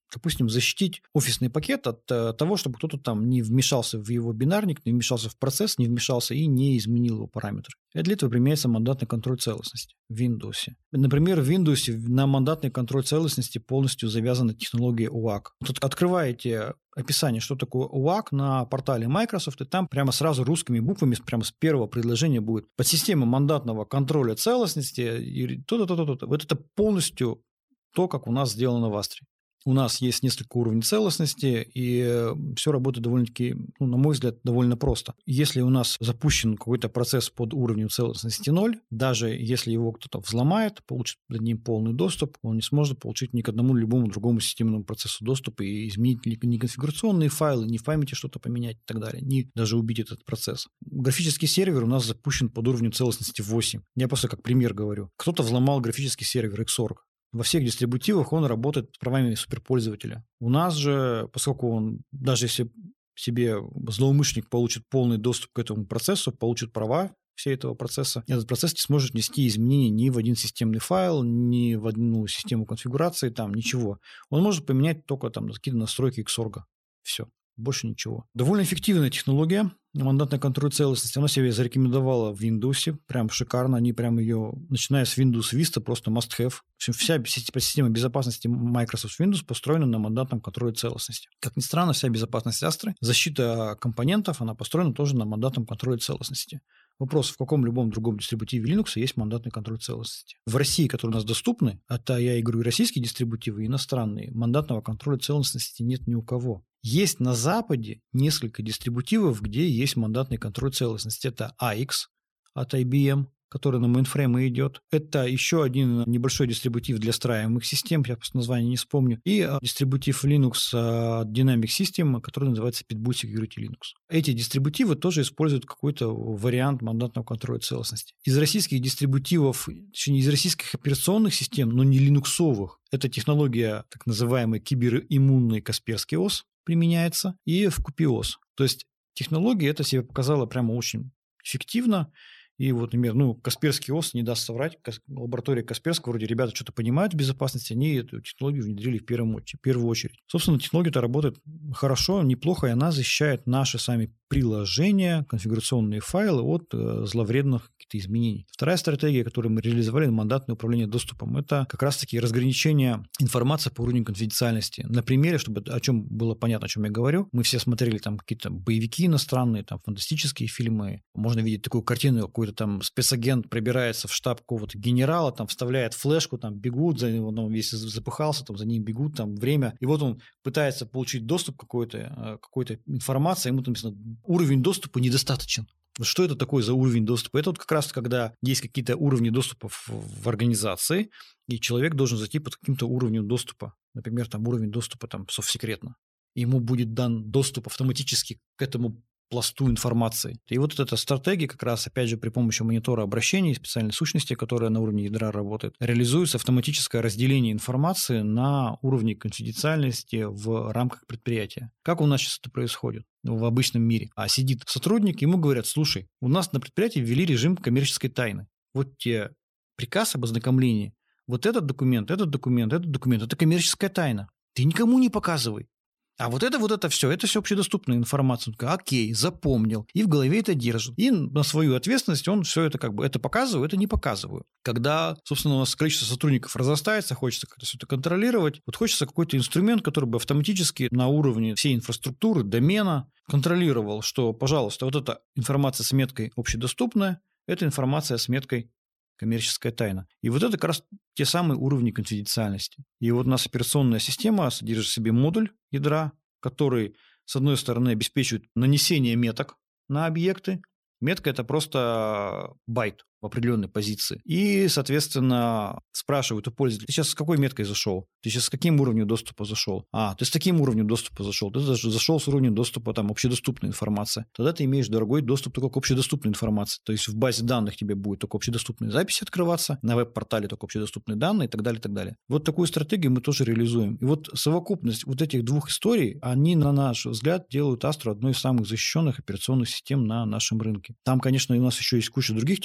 допустим, защитить офисный пакет от того, чтобы кто-то там не вмешался в его бинарник, не вмешался в процесс, не вмешался и не изменил его параметры. И для этого применяется мандатный контроль целостности в Windows. Например, в Windows на мандатный контроль целостности полностью завязана технология о эй си. Тут открываете описание, что такое о эй си на портале Microsoft, и там прямо сразу русскими буквами, прямо с первого предложения будет подсистема мандатного контроля целостности и то-то-то-то. Вот это полностью то, как у нас сделано в Астре. У нас есть несколько уровней целостности, и все работает довольно-таки, ну, на мой взгляд, довольно просто. Если у нас запущен какой-то процесс под уровнем целостности ноль, даже если его кто-то взломает, получит над ним полный доступ, он не сможет получить ни к одному любому другому системному процессу доступ и изменить ни конфигурационные файлы, ни в памяти что-то поменять и так далее, ни даже убить этот процесс. Графический сервер у нас запущен под уровнем целостности восемь. Я просто как пример говорю. Кто-то взломал графический сервер икс орг. Во всех дистрибутивах он работает с правами суперпользователя. У нас же, поскольку он, даже если себе злоумышленник получит полный доступ к этому процессу, получит права всего этого процесса, этот процесс не сможет нести изменений ни в один системный файл, ни в одну систему конфигурации, там ничего. Он может поменять только там какие-то настройки икс орг. Все. Больше ничего. Довольно эффективная технология. Мандатный контроль целостности. Она себя зарекомендовала в Windows. Прям шикарно. Они прям ее, начиная с Windows Vista, просто must-have. Вся система безопасности Microsoft Windows построена на мандатном контроле целостности. Как ни странно, вся безопасность Astra, защита компонентов, она построена тоже на мандатном контроле целостности. Вопрос, в каком любом другом дистрибутиве Linux есть мандатный контроль целостности. В России, которые у нас доступны, это я говорю и российские дистрибутивы, и иностранные, мандатного контроля целостности нет ни у кого. Есть на Западе несколько дистрибутивов, где есть мандатный контроль целостности. Это эй икс от ай би эм, который на мейнфрейме идет. Это еще один небольшой дистрибутив для встраиваемых систем, я просто название не вспомню. И дистрибутив Linux от Dynamic System, который называется Pitbull Security Linux. Эти дистрибутивы тоже используют какой-то вариант мандатного контроля целостности. Из российских дистрибутивов, точнее, из российских операционных систем, но не линуксовых, это технология так называемый кибериммунный Касперский ОС применяется, и в Купиос. То есть технология эта себя показала прямо очень эффективно. И вот, например, ну, Касперский ОС, не даст соврать, лаборатория Касперского, вроде ребята что-то понимают в безопасности, они эту технологию внедрили в первую, в первую очередь. Собственно, технология-то работает хорошо, неплохо, и она защищает наши сами приложения, конфигурационные файлы от э, зловредных каких-то изменений. Вторая стратегия, которую мы реализовали, мандатное управление доступом, это как раз-таки разграничение информации по уровню конфиденциальности. На примере, чтобы о чем было понятно, о чем я говорю, мы все смотрели там какие-то боевики иностранные, там фантастические фильмы, можно видеть такую картину, какой-то там спецагент пробирается в штаб какого-то генерала, там вставляет флешку, там бегут за него, он весь запыхался, там за ним бегут, там время, и вот он пытается получить доступ к какой-то, какой-то информации, ему там уровень доступа недостаточен. Что это такое за уровень доступа? Это вот как раз когда есть какие-то уровни доступа в, в организации, и человек должен зайти под каким-то уровнем доступа. Например, там уровень доступа там совсекретно. Ему будет дан доступ автоматически к этому пласту информации. И вот эта стратегия как раз, опять же, при помощи монитора обращений, специальной сущности, которая на уровне ядра работает, реализуется автоматическое разделение информации на уровне конфиденциальности в рамках предприятия. Как у нас сейчас это происходит в обычном мире? А сидит сотрудник, ему говорят: слушай, у нас на предприятии ввели режим коммерческой тайны. Вот тебе приказ об ознакомлении. Вот этот документ, этот документ, этот документ – это коммерческая тайна. Ты никому не показывай. А вот это, вот это все, это все общедоступная информация. Он такой: окей, запомнил. И в голове это держит. И на свою ответственность он все это как бы, это показываю, это не показываю. Когда, собственно, у нас количество сотрудников разрастается, хочется как-то все это контролировать, вот хочется какой-то инструмент, который бы автоматически на уровне всей инфраструктуры, домена контролировал, что, пожалуйста, вот эта информация с меткой общедоступная, это информация с меткой коммерческая тайна. И вот это как раз те самые уровни конфиденциальности. И вот у нас операционная система содержит в себе модуль ядра, который, с одной стороны, обеспечивает нанесение меток на объекты. Метка – это просто байт в определенной позиции. И, соответственно, спрашивают у пользователя: ты сейчас с какой меткой зашел? Ты сейчас с каким уровнем доступа зашел? А, ты с таким уровнем доступа зашел. Ты зашел с уровнем доступа, там, общедоступной информации. Тогда ты имеешь дорогой доступ только к общедоступной информации. То есть в базе данных тебе будет только общедоступные записи открываться, на веб-портале только общедоступные данные и так далее, и так далее. Вот такую стратегию мы тоже реализуем. И вот совокупность вот этих двух историй, они, на наш взгляд, делают Astra одной из самых защищенных операционных систем на нашем рынке. Там, конечно, у нас еще есть куча других технологий,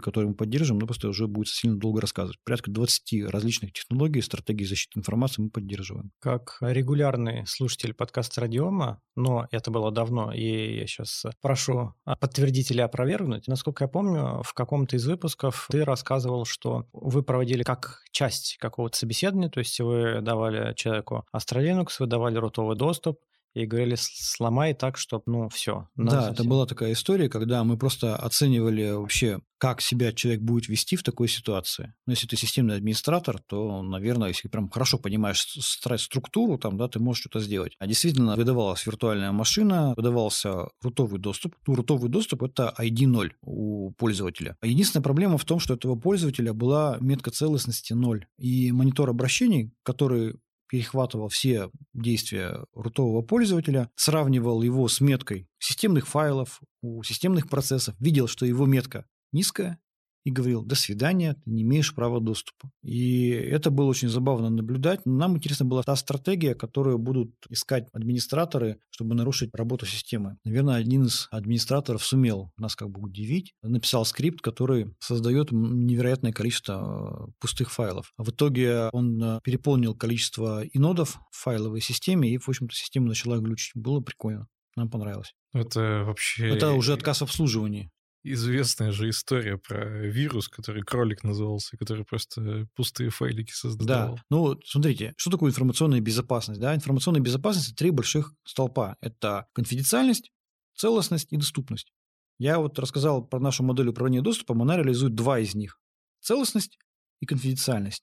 которые мы поддерживаем, но просто уже будет сильно долго рассказывать. Порядка двадцать различных технологий, стратегий защиты информации мы поддерживаем. Как регулярный слушатель подкаста Радиома, но это было давно, и я сейчас прошу подтвердить или опровергнуть. Насколько я помню, в каком-то из выпусков ты рассказывал, что вы проводили как часть какого-то собеседования, то есть вы давали человеку Astra Linux, вы давали рутовый доступ, и говорили, сломай так, чтобы, ну, все. Да, это была такая история, когда мы просто оценивали вообще, как себя человек будет вести в такой ситуации. Но если ты системный администратор, то, наверное, если прям хорошо понимаешь структуру, там, да, ты можешь что-то сделать. А действительно, выдавалась виртуальная машина, выдавался рутовый доступ. Ну, рутовый доступ – это ай ди ноль у пользователя. А единственная проблема в том, что у этого пользователя была метка целостности ноль. И монитор обращений, который перехватывал все действия рутового пользователя, сравнивал его с меткой системных файлов, у системных процессов, видел, что его метка низкая, и говорил: до свидания, ты не имеешь права доступа. И это было очень забавно наблюдать. Нам интересна была та стратегия, которую будут искать администраторы, чтобы нарушить работу системы. Наверное, один из администраторов сумел нас как бы удивить. Написал скрипт, который создает невероятное количество пустых файлов. А в итоге он переполнил количество инодов в файловой системе, и, в общем-то, система начала глючить. Было прикольно. Нам понравилось. Это вообще... Это уже отказ в обслуживании. Известная же история про вирус, который кролик назывался, который просто пустые файлики создавал. Да, ну смотрите, что такое информационная безопасность? Да? Информационная безопасность – это три больших столпа. Это конфиденциальность, целостность и доступность. Я вот рассказал про нашу модель управления доступом, она реализует два из них – целостность и конфиденциальность.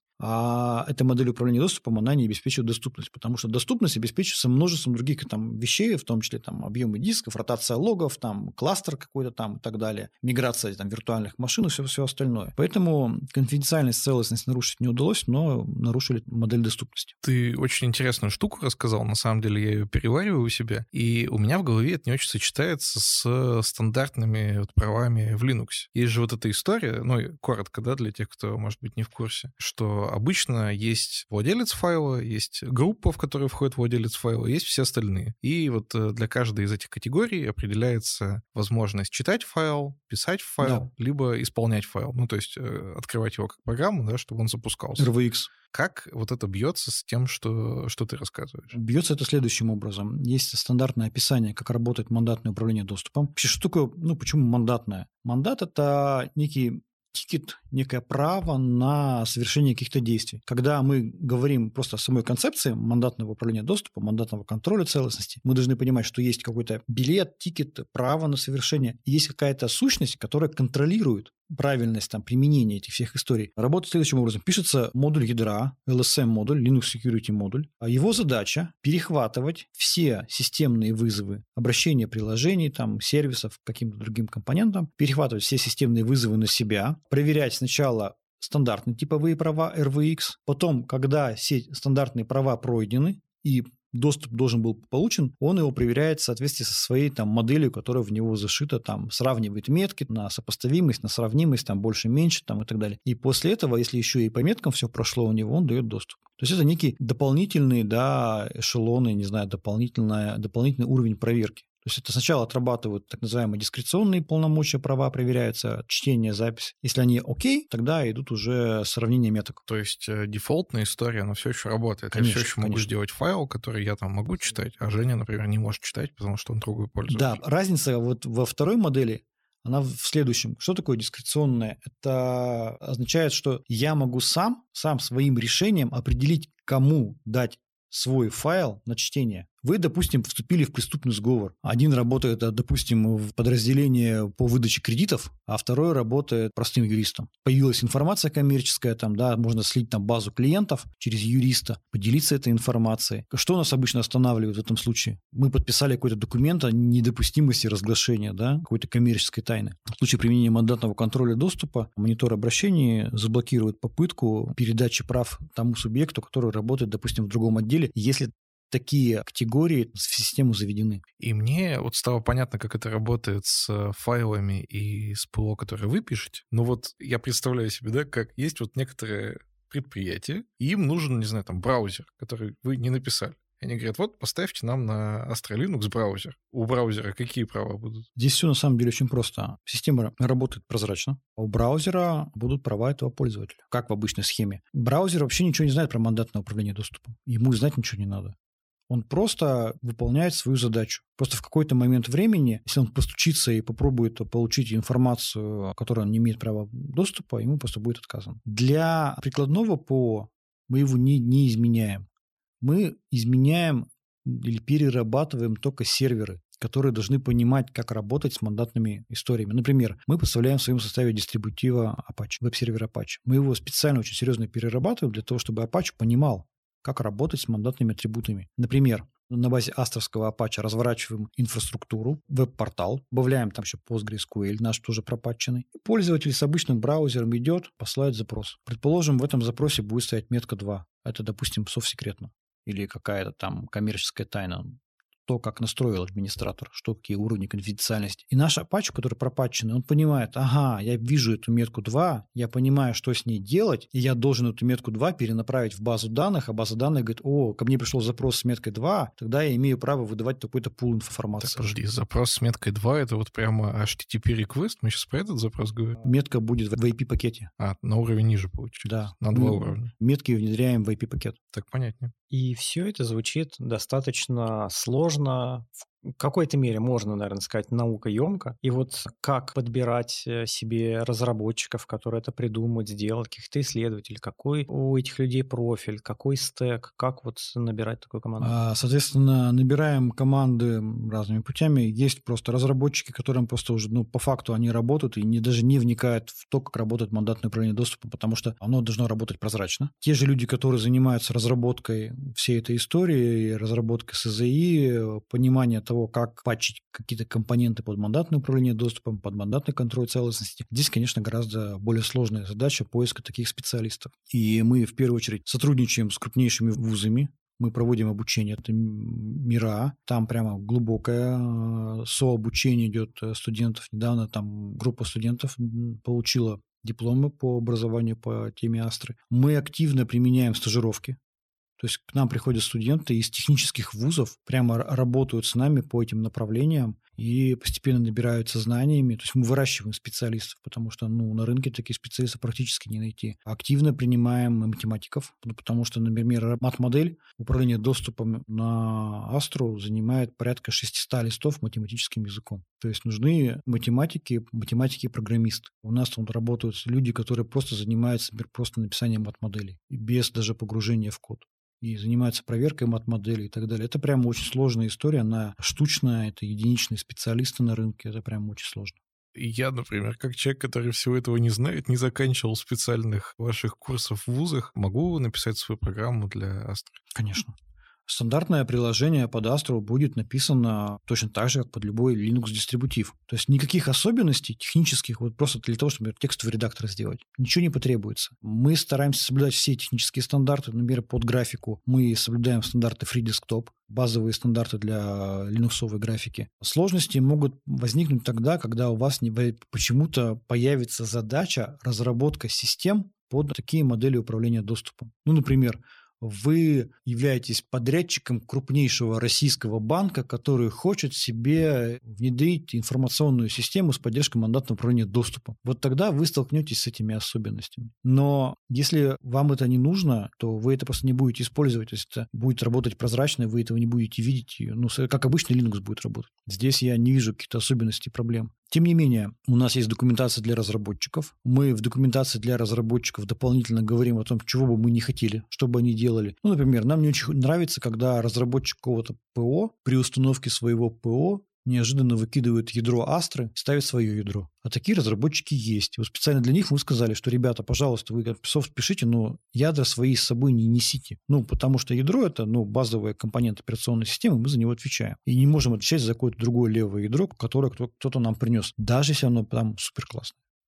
А эта модель управления доступом, она не обеспечивает доступность, потому что доступность обеспечивается множеством других там, вещей, в том числе там, объемы дисков, ротация логов, там, кластер какой-то там и так далее, миграция там, виртуальных машин и все, все остальное. Поэтому конфиденциальность, целостность нарушить не удалось, но нарушили модель доступности. Ты очень интересную штуку рассказал, на самом деле я ее перевариваю у себя, и у меня в голове это не очень сочетается с стандартными вот правами в Linux. Есть же вот эта история, ну, коротко, да, для тех, кто, может быть, не в курсе, что обычно есть владелец файла, есть группа, в которую входит владелец файла, есть все остальные. И вот для каждой из этих категорий определяется возможность читать файл, писать файл, да. либо исполнять файл. Ну, то есть открывать его как программу, да, чтобы он запускался. эр ви экс. Как вот это бьется с тем, что, что ты рассказываешь? Бьется это следующим образом. Есть стандартное описание, как работает мандатное управление доступом. Вообще, что такое, ну, почему мандатное? Мандат – это некий тикет, некое право на совершение каких-то действий. Когда мы говорим просто о самой концепции мандатного управления доступом, мандатного контроля целостности, мы должны понимать, что есть какой-то билет, тикет, право на совершение. И есть какая-то сущность, которая контролирует правильность там, применения этих всех историй. Работает следующим образом. Пишется модуль ядра, эл эс эм-модуль, Linux Security модуль. А его задача – перехватывать все системные вызовы, обращения приложений, там, сервисов к каким-то другим компонентам, перехватывать все системные вызовы на себя, проверять сначала стандартные типовые права эр ви экс, потом, когда все стандартные права пройдены и доступ должен был получен, он его проверяет в соответствии со своей там, моделью, которая в него зашита, там, сравнивает метки на сопоставимость, на сравнимость, там, больше-меньше там, и так далее. И после этого, если еще и по меткам все прошло у него, он дает доступ. То есть это некие дополнительные да, эшелоны, не знаю, дополнительный, дополнительный уровень проверки. То есть это сначала отрабатывают так называемые дискреционные полномочия, права проверяются, чтение, запись. Если они окей, тогда идут уже сравнение меток. То есть э, дефолтная история, она все еще работает. Конечно, я все еще могу конечно. сделать файл, который я там могу читать, а Женя, например, не может читать, потому что он другой пользователь. Да, разница вот во второй модели, она в следующем. Что такое дискреционное? Это означает, что я могу сам, сам своим решением определить, кому дать свой файл на чтение. Вы, допустим, вступили в преступный сговор. Один работает, допустим, в подразделении по выдаче кредитов, а второй работает простым юристом. Появилась информация коммерческая, там, да, можно слить там базу клиентов через юриста, поделиться этой информацией. Что нас обычно останавливает в этом случае? Мы подписали какой-то документ о недопустимости разглашения, да, какой-то коммерческой тайны. В случае применения мандатного контроля доступа монитор обращений заблокирует попытку передачи прав тому субъекту, который работает, допустим, в другом отделе, если такие категории в систему заведены. И мне вот стало понятно, как это работает с файлами и с ПО, которые вы пишете. Но вот я представляю себе, да, как есть вот некоторые предприятия, и им нужен, не знаю, там, браузер, который вы не написали. Они говорят, вот поставьте нам на Astra Linux браузер. У браузера какие права будут? Здесь все на самом деле очень просто. Система работает прозрачно. А у браузера будут права этого пользователя, как в обычной схеме. Браузер вообще ничего не знает про мандатное управление доступом. Ему знать ничего не надо. Он просто выполняет свою задачу. Просто в какой-то момент времени, если он постучится и попробует получить информацию, которой он не имеет права доступа, ему просто будет отказано. Для прикладного ПО мы его не, не изменяем. Мы изменяем или перерабатываем только серверы, которые должны понимать, как работать с мандатными историями. Например, мы поставляем в своем составе дистрибутива Apache, веб-сервер Apache. Мы его специально очень серьезно перерабатываем для того, чтобы Apache понимал, как работать с мандатными атрибутами. Например, на базе астровского Apache разворачиваем инфраструктуру, веб-портал, добавляем там еще PostgreSQL, наш тоже пропатченный. Пользователь с обычным браузером идет, посылает запрос. Предположим, в этом запросе будет стоять метка два. Это, допустим, совсекретно. Или какая-то там коммерческая тайна. То, как настроил администратор, что какие уровни конфиденциальности. И наш Apache, который пропатченный, он понимает, ага, я вижу эту метку два, я понимаю, что с ней делать, и я должен эту метку два перенаправить в базу данных, а база данных говорит, о, ко мне пришел запрос с меткой два, тогда я имею право выдавать такой-то пул информации. Так, подожди, запрос с меткой два, это вот прямо эйч ти ти пи request? Мы сейчас про этот запрос говорим? Метка будет в эй пи пакете. А, на уровень ниже получается. Да. На два Мы уровня. Метки внедряем в эй пи пакет. Так понятнее. И все это звучит достаточно сложно. В какой-то мере можно, наверное, сказать, наукоемко. И вот как подбирать себе разработчиков, которые это придумают, сделать, каких-то исследователей, какой у этих людей профиль, какой стэк, как вот набирать такую команду? Соответственно, набираем команды разными путями. Есть просто разработчики, которым просто уже, ну, по факту они работают и не, даже не вникают в то, как работает мандатное управление доступа, потому что оно должно работать прозрачно. Те же люди, которые занимаются разработкой всей этой истории, разработкой эс зэ и, понимание того, того, как патчить какие-то компоненты под мандатное управление доступом, под мандатный контроль целостности. Здесь, конечно, гораздо более сложная задача поиска таких специалистов. И мы, в первую очередь, сотрудничаем с крупнейшими вузами. Мы проводим обучение, это МИРА, там прямо глубокое сообучение идет студентов. Недавно там группа студентов получила дипломы по образованию по теме Астры. Мы активно применяем стажировки. То есть к нам приходят студенты из технических вузов, прямо работают с нами по этим направлениям и постепенно набираются знаниями. То есть мы выращиваем специалистов, потому что ну, на рынке таких специалистов практически не найти. Активно принимаем математиков, ну, потому что, например, мат-модель управления доступом на Астру занимает порядка шестьсот листов математическим языком. То есть нужны математики, математики и программисты. У нас там работают люди, которые просто занимаются например, просто написанием мат-моделей, без даже погружения в код. И занимаются проверкой мат-моделей и так далее. Это прям очень сложная история, она штучная, это единичные специалисты на рынке, это прям очень сложно. Я, например, как человек, который всего этого не знает, не заканчивал специальных ваших курсов в вузах, могу написать свою программу для Астры? Конечно. Стандартное приложение под Astra будет написано точно так же, как под любой Linux-дистрибутив. То есть никаких особенностей технических, вот просто для того, чтобы текстовый редактор сделать, ничего не потребуется. Мы стараемся соблюдать все технические стандарты. Например, под графику мы соблюдаем стандарты Free Desktop, базовые стандарты для линуксовой графики. Сложности могут возникнуть тогда, когда у вас не, почему-то появится задача разработка систем под такие модели управления доступом. Ну, например, вы являетесь подрядчиком крупнейшего российского банка, который хочет себе внедрить информационную систему с поддержкой мандатного управления доступом. Вот тогда вы столкнетесь с этими особенностями. Но если вам это не нужно, то вы это просто не будете использовать. То есть это будет работать прозрачно, вы этого не будете видеть. Ну, как обычный Linux будет работать. Здесь я не вижу каких-то особенностей и проблем. Тем не менее, у нас есть документация для разработчиков. Мы в документации для разработчиков дополнительно говорим о том, чего бы мы не хотели, чтобы они делали. Ну, например, нам не очень нравится, когда разработчик какого-то ПО при установке своего ПО неожиданно выкидывает ядро Астры и ставит свое ядро. А такие разработчики есть. И вот специально для них мы сказали, что, ребята, пожалуйста, вы софт пишите, но ядра свои с собой не несите. Ну, потому что ядро – это ну, базовый компонент операционной системы, мы за него отвечаем. И не можем отвечать за какое-то другое левое ядро, которое кто-то нам принес, даже если оно там супер классное.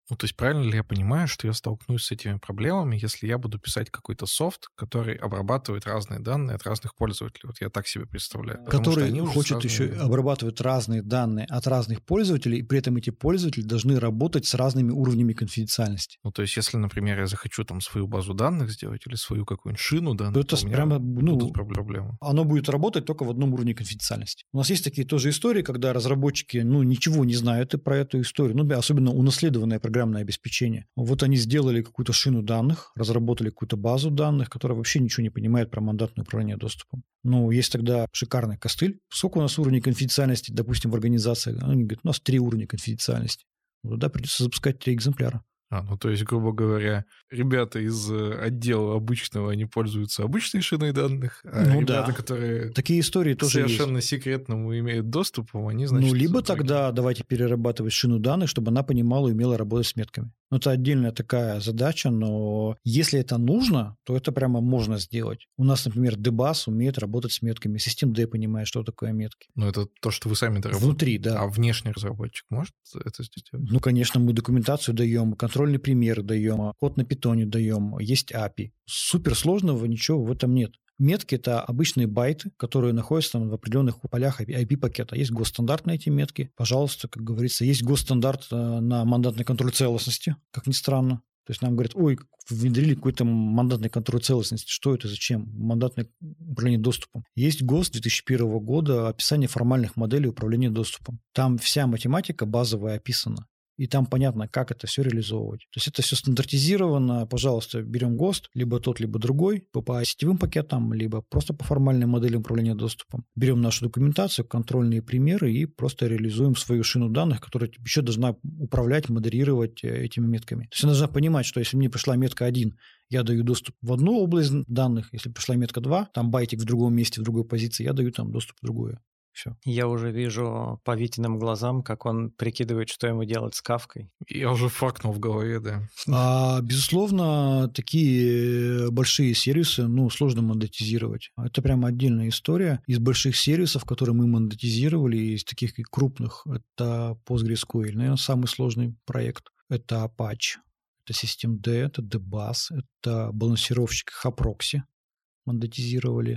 Ну, то есть правильно ли я понимаю, что я столкнусь с этими проблемами, если я буду писать какой-то софт, который обрабатывает разные данные от разных пользователей? Вот я так себе представляю. Который хочет еще обрабатывать разные данные от разных пользователей, и при этом эти пользователи должны работать с разными уровнями конфиденциальности. Ну, то есть если, например, я захочу там свою базу данных сделать или свою какую-нибудь шину данных, то, то у меня прямо, ну, будут проблемы. Оно будет работать только в одном уровне конфиденциальности. У нас есть такие тоже истории, когда разработчики, ну, ничего не знают и про эту историю, ну, особенно унаследованное программное обеспечение. Вот они сделали какую-то шину данных, разработали какую-то базу данных, которая вообще ничего не понимает про мандатное управление доступом. Ну, есть тогда шикарный костыль. Сколько у нас уровней конфиденциальности, допустим, в организации? Они говорят, у нас три уровня конфиденциальности. Вот туда придется запускать три экземпляра. А, ну то есть, грубо говоря, ребята из отдела обычного, они пользуются обычной шиной данных, а ну, ребята, да. которые такие истории к тоже совершенно есть. секретному имеют доступ, они, значит... Ну, либо тогда давайте перерабатывать шину данных, чтобы она понимала и умела работать с метками. Ну, это отдельная такая задача, но если это нужно, то это прямо можно сделать. У нас, например, Debus умеет работать с метками, Systemd понимает, что такое метки. Ну, это то, что вы сами доработали. Внутри, да. А внешний разработчик может это сделать? Ну, конечно, мы документацию даем, контрольные примеры даем, код на питоне даем, есть эй пи ай. Суперсложного ничего в этом нет. Метки – это обычные байты, которые находятся там в определенных полях ай пи-пакета. Есть госстандарт на эти метки. Пожалуйста, как говорится, есть госстандарт на мандатный контроль целостности, как ни странно. То есть нам говорят, ой, внедрили какой-то мандатный контроль целостности. Что это, зачем? Мандатное управление доступом. Есть ГОСТ две тысячи первого года, описание формальных моделей управления доступом. Там вся математика базовая описана. И там понятно, как это все реализовывать. То есть это все стандартизировано. Пожалуйста, берем ГОСТ, либо тот, либо другой, по сетевым пакетам, либо просто по формальной модели управления доступом. Берем нашу документацию, контрольные примеры и просто реализуем свою шину данных, которая еще должна управлять, модерировать этими метками. То есть она должна понимать, что если мне пришла метка один, я даю доступ в одну область данных, если пришла метка два, там байтик в другом месте, в другой позиции, я даю там доступ в другую. Все. Я уже вижу по Витиным глазам, как он прикидывает, что ему делать с Кавкой. Я уже факнул в голове, да. А, безусловно, такие большие сервисы, ну, сложно монетизировать. Это прямо отдельная история. Из больших сервисов, которые мы монетизировали, из таких крупных, это PostgreSQL, наверное, самый сложный проект. Это Apache, это Systemd, это Debus, это балансировщик Haproxy. Монетизировали.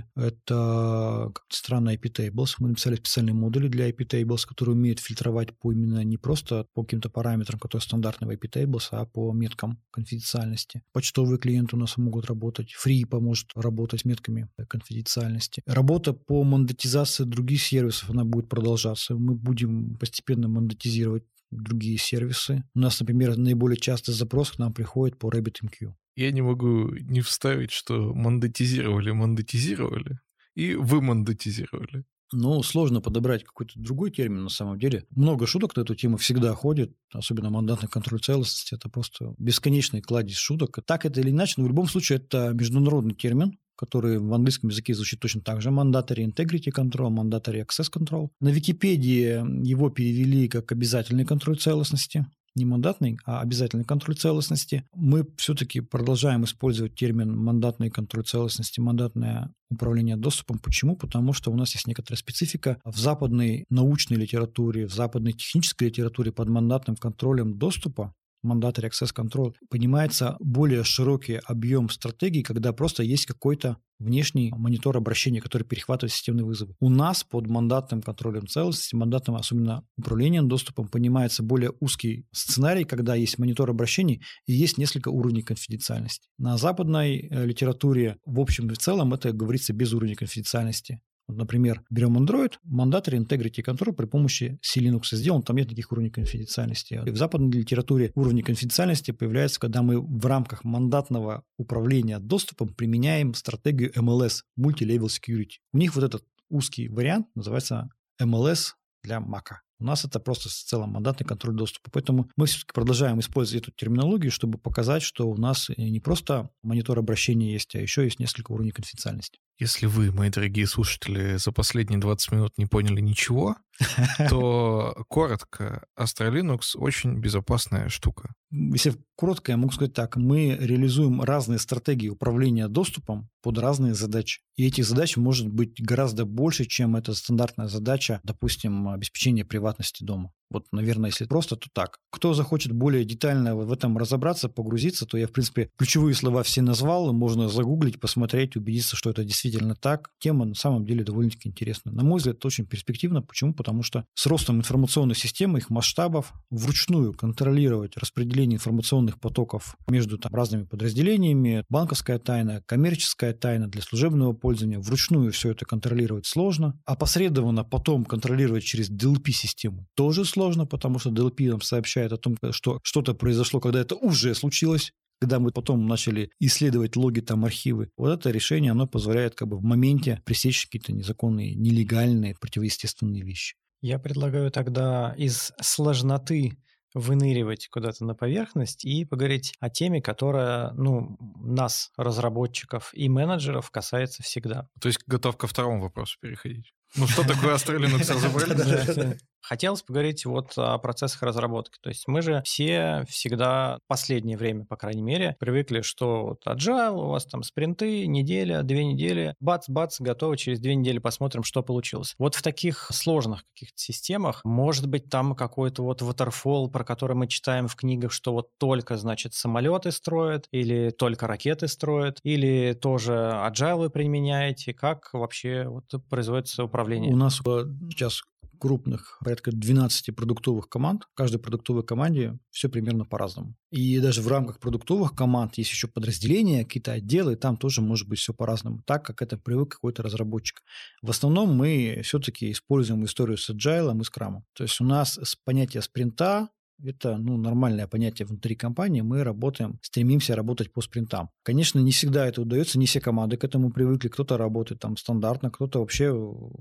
Это, как-то странно, ай пи-Tables. Мы написали специальные модули для ай пи-Tables, которые умеют фильтровать по именно не просто по каким-то параметрам, которые стандартны в ай пи-Tables, а по меткам конфиденциальности. Почтовые клиенты у нас могут работать. Free поможет работать с метками конфиденциальности. Работа по монетизации других сервисов, она будет продолжаться. Мы будем постепенно монетизировать другие сервисы. У нас, например, наиболее частый запрос к нам приходит по RabbitMQ. Я не могу не вставить, что монетизировали, монетизировали и вы монетизировали. Ну, сложно подобрать какой-то другой термин на самом деле. Много шуток на эту тему всегда ходит, особенно мандатный контроль целостности. Это просто бесконечный кладезь шуток. Так это или иначе, но в любом случае это международный термин, который в английском языке звучит точно так же. Mandatory Integrity Control, Mandatory Access Control. На Википедии его перевели как обязательный контроль целостности. Не мандатный, а обязательный контроль целостности. Мы все-таки продолжаем использовать термин мандатный контроль целостности, мандатное управление доступом. Почему? Потому что у нас есть некоторая специфика. В западной научной литературе, в западной технической литературе под мандатным контролем доступа, Mandatory Access Control, понимается более широкий объем стратегий, когда просто есть какой-то внешний монитор обращения, который перехватывает системные вызовы. У нас под мандатным контролем целостности, мандатным особенно управлением доступом, понимается более узкий сценарий, когда есть монитор обращений и есть несколько уровней конфиденциальности. На западной литературе в общем и в целом это говорится без уровня конфиденциальности. Вот, например, берем Android, Mandatory Integrity Control при помощи C-Linux сделан, там нет никаких уровней конфиденциальности. В западной литературе уровни конфиденциальности появляются, когда мы в рамках мандатного управления доступом применяем стратегию эм эл эс, Multi-Level Security. У них вот этот узкий вариант называется эм эл эс для Mac. У нас это просто в целом мандатный контроль доступа. Поэтому мы все-таки продолжаем использовать эту терминологию, чтобы показать, что у нас не просто монитор обращения есть, а еще есть несколько уровней конфиденциальности. Если вы, мои дорогие слушатели, за последние двадцать минут не поняли ничего, то коротко, Astra Linux очень безопасная штука. Если коротко, я могу сказать так. Мы реализуем разные стратегии управления доступом под разные задачи. И этих задач может быть гораздо больше, чем эта стандартная задача, допустим, обеспечения приватности дома. Вот, наверное, если просто, то так. Кто захочет более детально в этом разобраться, погрузиться, то я, в принципе, ключевые слова все назвал, можно загуглить, посмотреть, убедиться, что это действительно так. Тема на самом деле довольно-таки интересная. На мой взгляд, это очень перспективно. Почему? Потому что с ростом информационной системы, их масштабов, вручную контролировать распределение информационных потоков между там, разными подразделениями, банковская тайна, коммерческая тайна для служебного пользования, вручную все это контролировать сложно. Опосредованно потом контролировать через ди эл пи-систему тоже сложно. Сложно, потому что ди эл пи нам сообщает о том, что что-то произошло, когда это уже случилось, когда мы потом начали исследовать логи, там, архивы. Вот это решение, оно позволяет как бы в моменте пресечь какие-то незаконные, нелегальные, противоестественные вещи. Я предлагаю тогда из сложноты выныривать куда-то на поверхность и поговорить о теме, которая, ну, нас, разработчиков и менеджеров, касается всегда. То есть готов ко второму вопросу переходить. Ну, что такое Astra Linux разобрались? Хотелось поговорить вот о процессах разработки. То есть мы же все всегда, последнее время, по крайней мере, привыкли, что вот agile, у вас там спринты, неделя, две недели, бац-бац, готово, через две недели посмотрим, что получилось. Вот в таких сложных каких-то системах, может быть, там какой-то вот waterfall, про который мы читаем в книгах, что вот только, значит, самолеты строят, или только ракеты строят, или тоже agile вы применяете, как вообще вот производится управление? У нас сейчас крупных, порядка двенадцати продуктовых команд. В каждой продуктовой команде все примерно по-разному. И даже в рамках продуктовых команд есть еще подразделения, какие-то отделы, и там тоже может быть все по-разному, так как это привык какой-то разработчик. В основном мы все-таки используем историю с agile и скрамом. То есть у нас понятие спринта, это ну, нормальное понятие внутри компании. Мы работаем, стремимся работать по спринтам. Конечно, не всегда это удается, не все команды к этому привыкли. Кто-то работает там стандартно, кто-то вообще,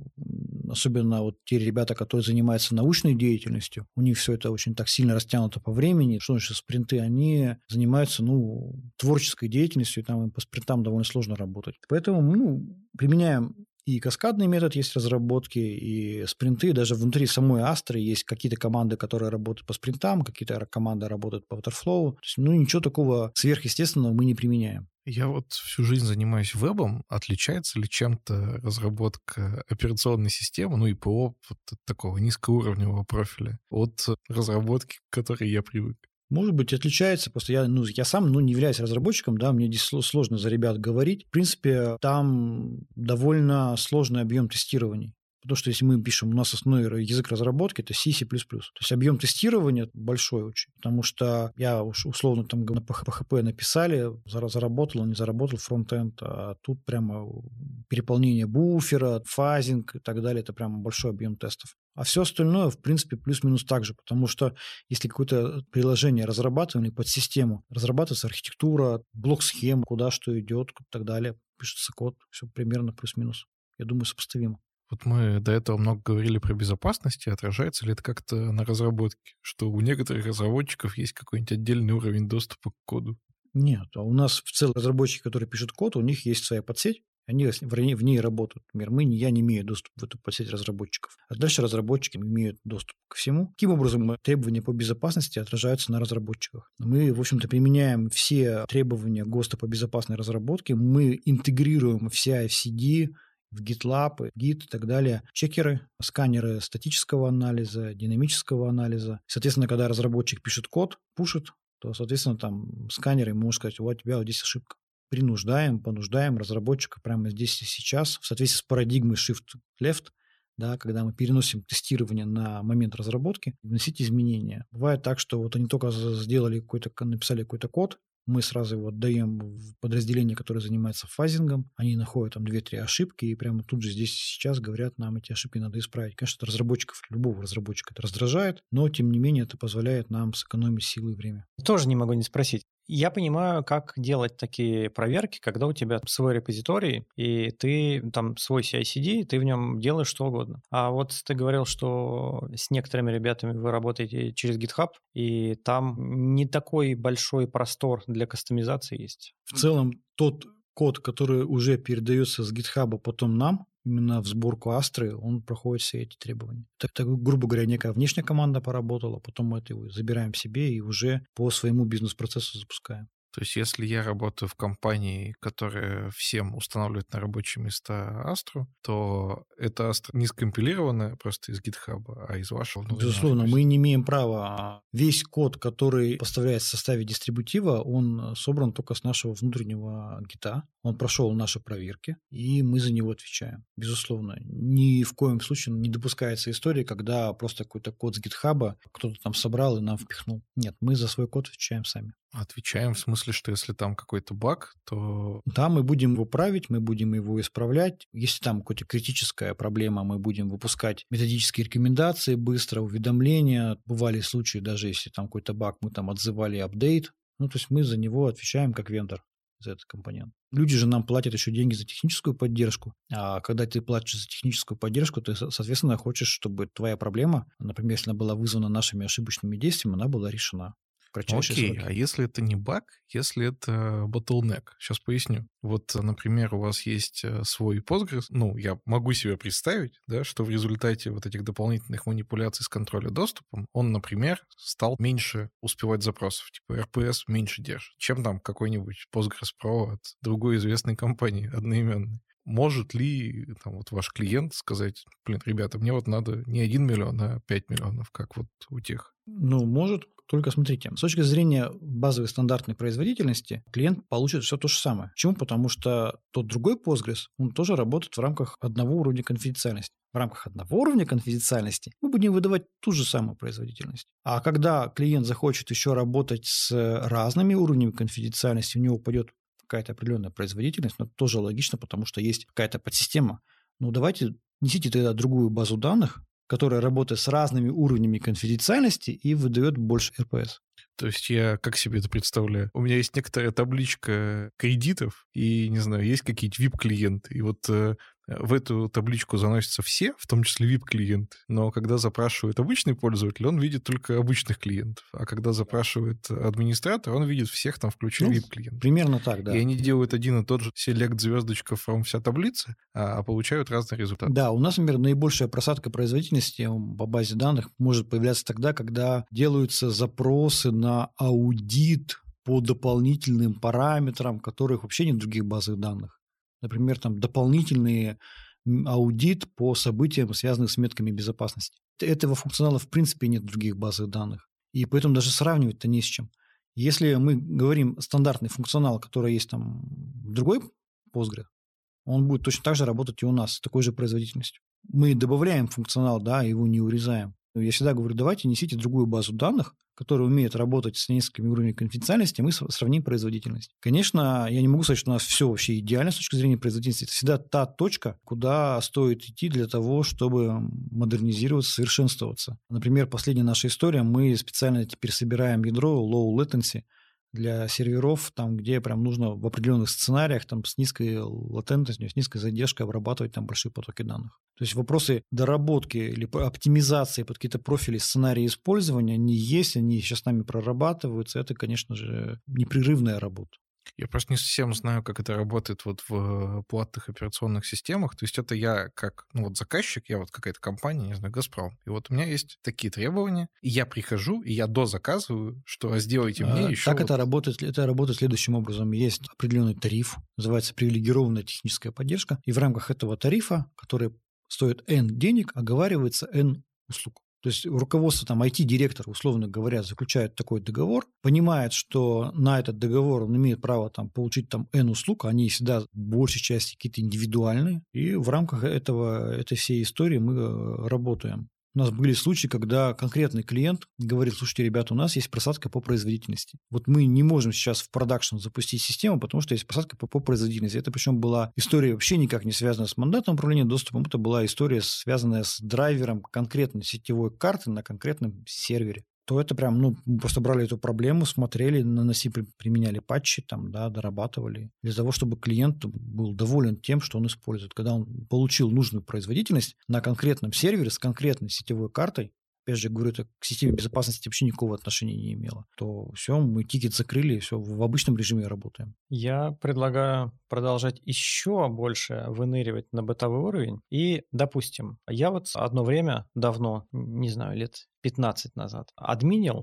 особенно вот те ребята, которые занимаются научной деятельностью, у них все это очень так сильно растянуто по времени. Что значит спринты? Они занимаются ну, творческой деятельностью, и там им по спринтам довольно сложно работать. Поэтому ну, применяем и каскадный метод есть разработки, и спринты. Даже внутри самой Astra есть какие-то команды, которые работают по спринтам, какие-то команды работают по waterflow. То есть, ну, ничего такого сверхъестественного мы не применяем. Я вот всю жизнь занимаюсь вебом. Отличается ли чем-то разработка операционной системы, ну и ПО вот такого низкоуровневого профиля от разработки, к которой я привык? Может быть, отличается, просто я, ну, я сам ну, не являюсь разработчиком, да, мне здесь сложно за ребят говорить. В принципе, там довольно сложный объем тестирований. Потому что если мы пишем, у нас основной язык разработки – это C, C++. То есть объем тестирования большой очень, потому что я уж условно там на пи эйч пи написали, заработал, не заработал фронтенд, а тут прямо переполнение буфера, фазинг и так далее – это прямо большой объем тестов. А все остальное, в принципе, плюс-минус так же, потому что если какое-то приложение разрабатывали под систему, разрабатывается архитектура, блок-схема, куда что идет и так далее, пишется код, все примерно плюс-минус. Я думаю, сопоставимо. Вот мы до этого много говорили про безопасность, и отражается ли это как-то на разработке, что у некоторых разработчиков есть какой-нибудь отдельный уровень доступа к коду? Нет, а у нас в целом разработчики, которые пишут код, у них есть своя подсеть, они в ней работают. Например, мы, я не имею доступа в эту подсеть разработчиков. А дальше разработчики имеют доступ ко всему. Таким образом, требования по безопасности отражаются на разработчиках. Мы, в общем-то, применяем все требования ГОСТа по безопасной разработке. Мы интегрируем в си ай си ди, в GitLab, Git и так далее, чекеры, сканеры статического анализа, динамического анализа. Соответственно, когда разработчик пишет код, пушит, то, соответственно, там сканер ему может сказать, вот у тебя вот здесь ошибка. Принуждаем, понуждаем разработчика прямо здесь и сейчас, в соответствии с парадигмой Shift-Left, да, когда мы переносим тестирование на момент разработки, вносить изменения. Бывает так, что вот они только сделали какой-то, написали какой-то код, мы сразу его отдаем в подразделение, которое занимается фазингом, они находят там две-три ошибки, и прямо тут же здесь сейчас говорят, нам эти ошибки надо исправить. Конечно, это разработчиков, любого разработчика это раздражает, но, тем не менее, это позволяет нам сэкономить силы и время. Тоже не могу не спросить. Я понимаю, как делать такие проверки, когда у тебя свой репозиторий, и ты там свой си ай си ди, и ты в нем делаешь что угодно. А вот ты говорил, что с некоторыми ребятами вы работаете через GitHub, и там не такой большой простор для кастомизации есть. В целом, тот код, который уже передается с GitHub потом нам, именно в сборку Астры, он проходит все эти требования. Так, так, грубо говоря, некая внешняя команда поработала, потом мы это его забираем себе и уже по своему бизнес-процессу запускаем. То есть если я работаю в компании, которая всем устанавливает на рабочие места Astra, то это Astra не скомпилированная просто из GitHub, а из вашего внутреннего. Безусловно, мы не имеем права. Весь код, который поставляется в составе дистрибутива, он собран только с нашего внутреннего гита. Он прошел наши проверки, и мы за него отвечаем. Безусловно, ни в коем случае не допускается история, когда просто какой-то код с GitHub кто-то там собрал и нам впихнул. Нет, мы за свой код отвечаем сами. Отвечаем в смысле, что если там какой-то баг, то... Да, мы будем его править, мы будем его исправлять. Если там какая-то критическая проблема, мы будем выпускать методические рекомендации, быстро уведомления. Бывали случаи, даже если там какой-то баг, мы там отзывали апдейт. Ну, то есть мы за него отвечаем как вендор за этот компонент. Люди же нам платят еще деньги за техническую поддержку, а когда ты платишь за техническую поддержку, ты, соответственно, хочешь, чтобы твоя проблема, например, если она была вызвана нашими ошибочными действиями, она была решена. Окей, сроки. А если это не баг, если это bottleneck? Сейчас поясню. Вот, например, у вас есть свой Postgres, ну, я могу себе представить, да, что в результате вот этих дополнительных манипуляций с контролем доступом он, например, стал меньше успевать запросов, типа эр пи эс меньше держит, чем там какой-нибудь Postgres Pro от другой известной компании одноименной. Может ли там, вот ваш клиент сказать, блин, ребята, мне вот надо не один миллион, а пять миллионов, как вот у тех? Ну, может. Только смотрите, с точки зрения базовой стандартной производительности, клиент получит все то же самое. Почему? Потому что тот другой Postgres, он тоже работает в рамках одного уровня конфиденциальности. В рамках одного уровня конфиденциальности мы будем выдавать ту же самую производительность. А когда клиент захочет еще работать с разными уровнями конфиденциальности, у него упадет какая-то определенная производительность, но это тоже логично, потому что есть какая-то подсистема. Ну, давайте несите тогда другую базу данных, которая работает с разными уровнями конфиденциальности и выдает больше эр пи эс. То есть я как себе это представляю? У меня есть некоторая табличка кредитов, и, не знаю, есть какие-то ви ай пи-клиенты. И вот э, в эту табличку заносятся все, в том числе ви ай пи-клиенты. Но когда запрашивает обычный пользователь, он видит только обычных клиентов. А когда запрашивает администратор, он видит всех, там, включая ну, ви ай пи-клиентов. Примерно так, да. И они делают один и тот же селект звездочка from вся таблица, а получают разные результаты. Да, у нас, например, наибольшая просадка производительности по базе данных может появляться тогда, когда делаются запросы на на аудит по дополнительным параметрам, которых вообще нет в других базах данных. Например, там дополнительный аудит по событиям, связанным с метками безопасности. Этого функционала в принципе нет в других базах данных. И поэтому даже сравнивать-то не с чем. Если мы говорим стандартный функционал, который есть там в другой Postgres, он будет точно так же работать и у нас с такой же производительностью. Мы добавляем функционал, да, его не урезаем. Я всегда говорю, давайте несите другую базу данных, которая умеет работать с несколькими уровнями конфиденциальности, мы сравним производительность. Конечно, я не могу сказать, что у нас все вообще идеально с точки зрения производительности. Это всегда та точка, куда стоит идти для того, чтобы модернизироваться, совершенствоваться. Например, последняя наша история, мы специально теперь собираем ядро low latency для серверов, там, где прям нужно в определенных сценариях там, с низкой латентностью, с низкой задержкой обрабатывать там большие потоки данных. То есть вопросы доработки или оптимизации под какие-то профили сценарии использования, они есть, они сейчас с нами прорабатываются. Это, конечно же, непрерывная работа. Я просто не совсем знаю, как это работает вот в платных операционных системах. То есть это я как, ну вот заказчик, я вот какая-то компания, не знаю, Газпром. И вот у меня есть такие требования, и я прихожу, и я дозаказываю, что сделайте мне а, еще... Так вот... это работает, это работает следующим образом. Есть определенный тариф, называется привилегированная техническая поддержка, и в рамках этого тарифа, который стоит N денег, оговаривается N услуг. То есть руководство, там, ай ти-директор, условно говоря, заключает такой договор, понимает, что на этот договор он имеет право там, получить там, N услуг, они всегда в большей части какие-то индивидуальные, и в рамках этого, этой всей истории мы работаем. У нас были случаи, когда конкретный клиент говорит, слушайте, ребята, у нас есть просадка по производительности. Вот мы не можем сейчас в продакшн запустить систему, потому что есть просадка по, по производительности. Это причем была история вообще никак не связанная с мандатом управления доступом, это была история, связанная с драйвером конкретной сетевой карты на конкретном сервере. То это прям, ну, мы просто брали эту проблему, смотрели, наносили, применяли патчи, там, да, дорабатывали, для того, чтобы клиент был доволен тем, что он использует. Когда он получил нужную производительность на конкретном сервере с конкретной сетевой картой, опять же, говорю, это к системе безопасности вообще никакого отношения не имело, то все, мы тикет закрыли, все, в обычном режиме работаем. Я предлагаю продолжать еще больше выныривать на бытовой уровень. И, допустим, я вот одно время, давно, не знаю, лет пятнадцать назад, админил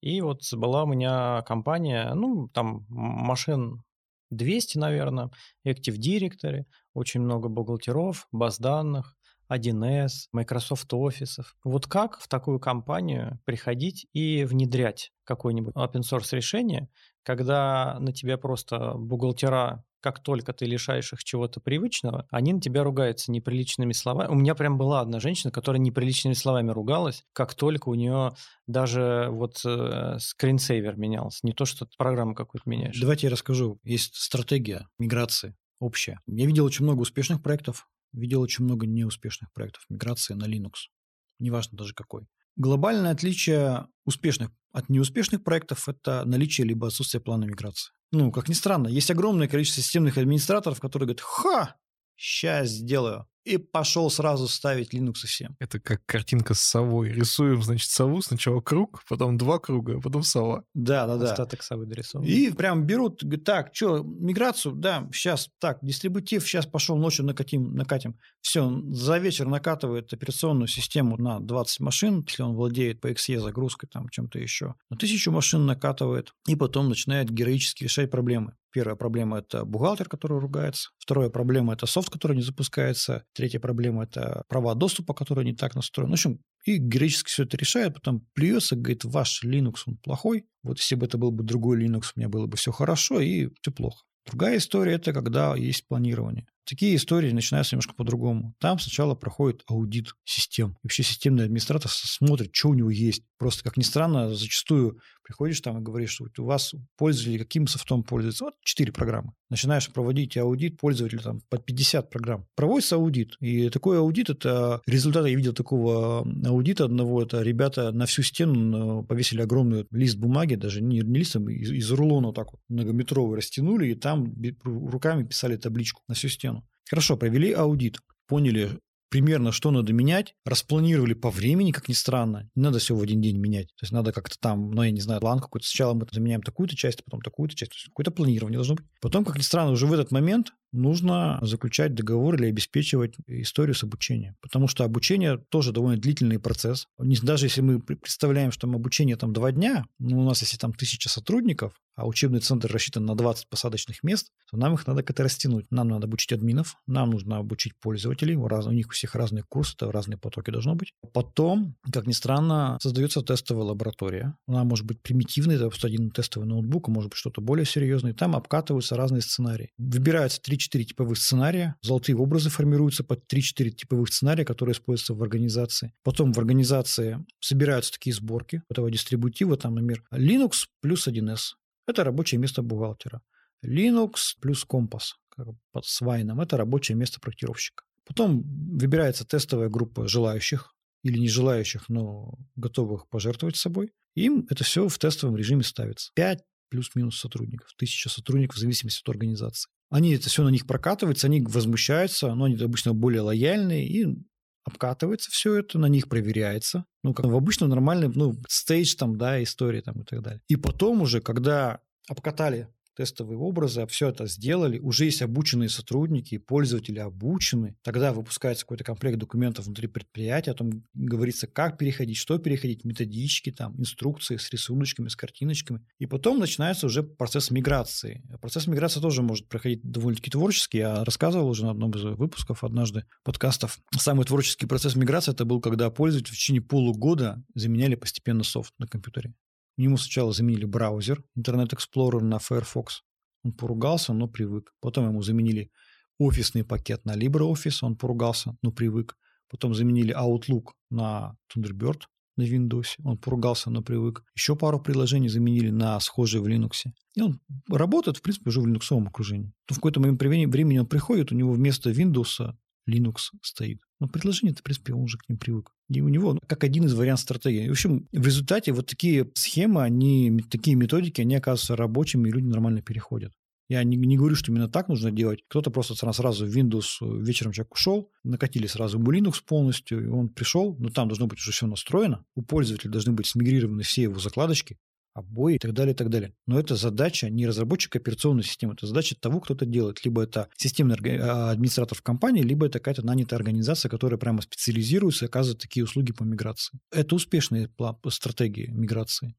И вот была у меня компания, ну, там машин двести, наверное, Active Directory, очень много бухгалтеров, баз данных, один эс, Microsoft Office. Вот как в такую компанию приходить и внедрять какое-нибудь open-source решение, когда на тебя просто бухгалтера, как только ты лишаешь их чего-то привычного, они на тебя ругаются неприличными словами. У меня прям была одна женщина, которая неприличными словами ругалась, как только у нее даже вот э, скринсейвер менялся, не то, что ты программу какую-то меняешь. Давайте я расскажу. Есть стратегия миграции общая. Я видел очень много успешных проектов, видел очень много неуспешных проектов миграции на Linux. Неважно даже какой. Глобальное отличие успешных от неуспешных проектов – это наличие либо отсутствие плана миграции. Ну, как ни странно, есть огромное количество системных администраторов, которые говорят: «Ха, сейчас сделаю». И пошел сразу ставить Linux и всем. Это как картинка с совой. Рисуем, значит, сову, сначала круг, потом два круга, потом сова. Да, да, да. Остаток совы дорисован. И прям берут, говорят: так, что, миграцию? Да, сейчас, так, дистрибутив, сейчас пошел, ночью накатим, накатим. Все, за вечер накатывает операционную систему на двадцать машин, если он владеет по икс и загрузкой, там, чем-то еще. На тысячу машин накатывает, и потом начинает героически решать проблемы. Первая проблема – это бухгалтер, который ругается. Вторая проблема – это софт, который не запускается. Третья проблема – это права доступа, которые не так настроены. В общем, и героически все это решает, потом плюется, говорит: ваш Linux, он плохой. Вот если бы это был бы другой Linux, у меня было бы все хорошо, и все плохо. Другая история – это когда есть планирование. Такие истории начинаются немножко по-другому. Там сначала проходит аудит систем. И вообще системный администратор смотрит, что у него есть. Просто, как ни странно, зачастую приходишь там и говоришь, что у вас пользователи каким софтом пользуются. Вот четыре программы. Начинаешь проводить аудит пользователей там под пятьдесят программ. Проводится аудит. И такой аудит – это результат. Я видел такого аудита одного. Это ребята на всю стену повесили огромный лист бумаги, даже не, не листом, из, из рулона вот так вот многометровый растянули, и там руками писали табличку на всю стену. Хорошо, провели аудит, поняли примерно, что надо менять, распланировали по времени, как ни странно. Не надо все в один день менять. То есть надо как-то там, ну, я не знаю, план какой-то. Сначала мы заменяем такую-то часть, потом такую-то часть. То есть какое-то планирование должно быть. Потом, как ни странно, уже в этот момент нужно заключать договор или обеспечивать историю с обучением. Потому что обучение тоже довольно длительный процесс. Даже если мы представляем, что обучение там два дня, ну, у нас если там тысяча сотрудников, а учебный центр рассчитан на двадцать посадочных мест, то нам их надо как-то растянуть. Нам надо обучить админов, нам нужно обучить пользователей, у, раз, у них у всех разные курсы, это разные потоки должно быть. Потом, как ни странно, создается тестовая лаборатория. Она может быть примитивной, это просто один тестовый ноутбук, а может быть что-то более серьезное. Там обкатываются разные сценарии. Выбираются три-четыре типовых сценария, золотые образы формируются под три-четыре типовых сценария, которые используются в организации. Потом в организации собираются такие сборки этого дистрибутива, там, например, Linux плюс один эс. Это рабочее место бухгалтера. Linux плюс компас под свайном – это рабочее место проектировщика. Потом выбирается тестовая группа желающих или не желающих, но готовых пожертвовать собой. Им это все в тестовом режиме ставится. пять плюс-минус сотрудников, тысяча сотрудников в зависимости от организации. Они это все на них прокатываются, они возмущаются, но они обычно более лояльные, и обкатывается все это, на них проверяется. Ну, как в обычном нормальном, ну, стейдж там, да, истории там и так далее. И потом уже, когда обкатали тестовые образы, а все это сделали, уже есть обученные сотрудники, пользователи обучены, тогда выпускается какой-то комплект документов внутри предприятия, о том говорится, как переходить, что переходить, методички, там, инструкции с рисуночками, с картиночками. И потом начинается уже процесс миграции. Процесс миграции тоже может проходить довольно-таки творчески. Я рассказывал уже на одном из выпусков однажды подкастов. Самый творческий процесс миграции это был, когда пользователи в течение полугода заменяли постепенно софт на компьютере. Ему сначала заменили браузер, Internet Explorer на Firefox. Он поругался, но привык. Потом ему заменили офисный пакет на LibreOffice, он поругался, но привык. Потом заменили Outlook на Thunderbird на Windows, он поругался, но привык. Еще пару приложений заменили на схожие в Linux. И он работает, в принципе, уже в линуксовом окружении. Но в какой-то момент времени он приходит, у него вместо Windows Linux стоит. Но предложение-то, в принципе, он уже к ним привык. И у него как один из вариантов стратегии. В общем, в результате вот такие схемы, они, такие методики, они оказываются рабочими, и люди нормально переходят. Я не, не говорю, что именно так нужно делать. Кто-то просто сразу в Windows вечером человек ушел, накатили сразу ему Linux полностью, и он пришел, но там должно быть уже все настроено. У пользователя должны быть смигрированы все его закладочки, обои и так далее, и так далее. Но это задача не разработчика операционной системы, это задача того, кто это делает. Либо это системный администратор в компании, либо это какая-то нанятая организация, которая прямо специализируется и оказывает такие услуги по миграции. Это успешные стратегии миграции.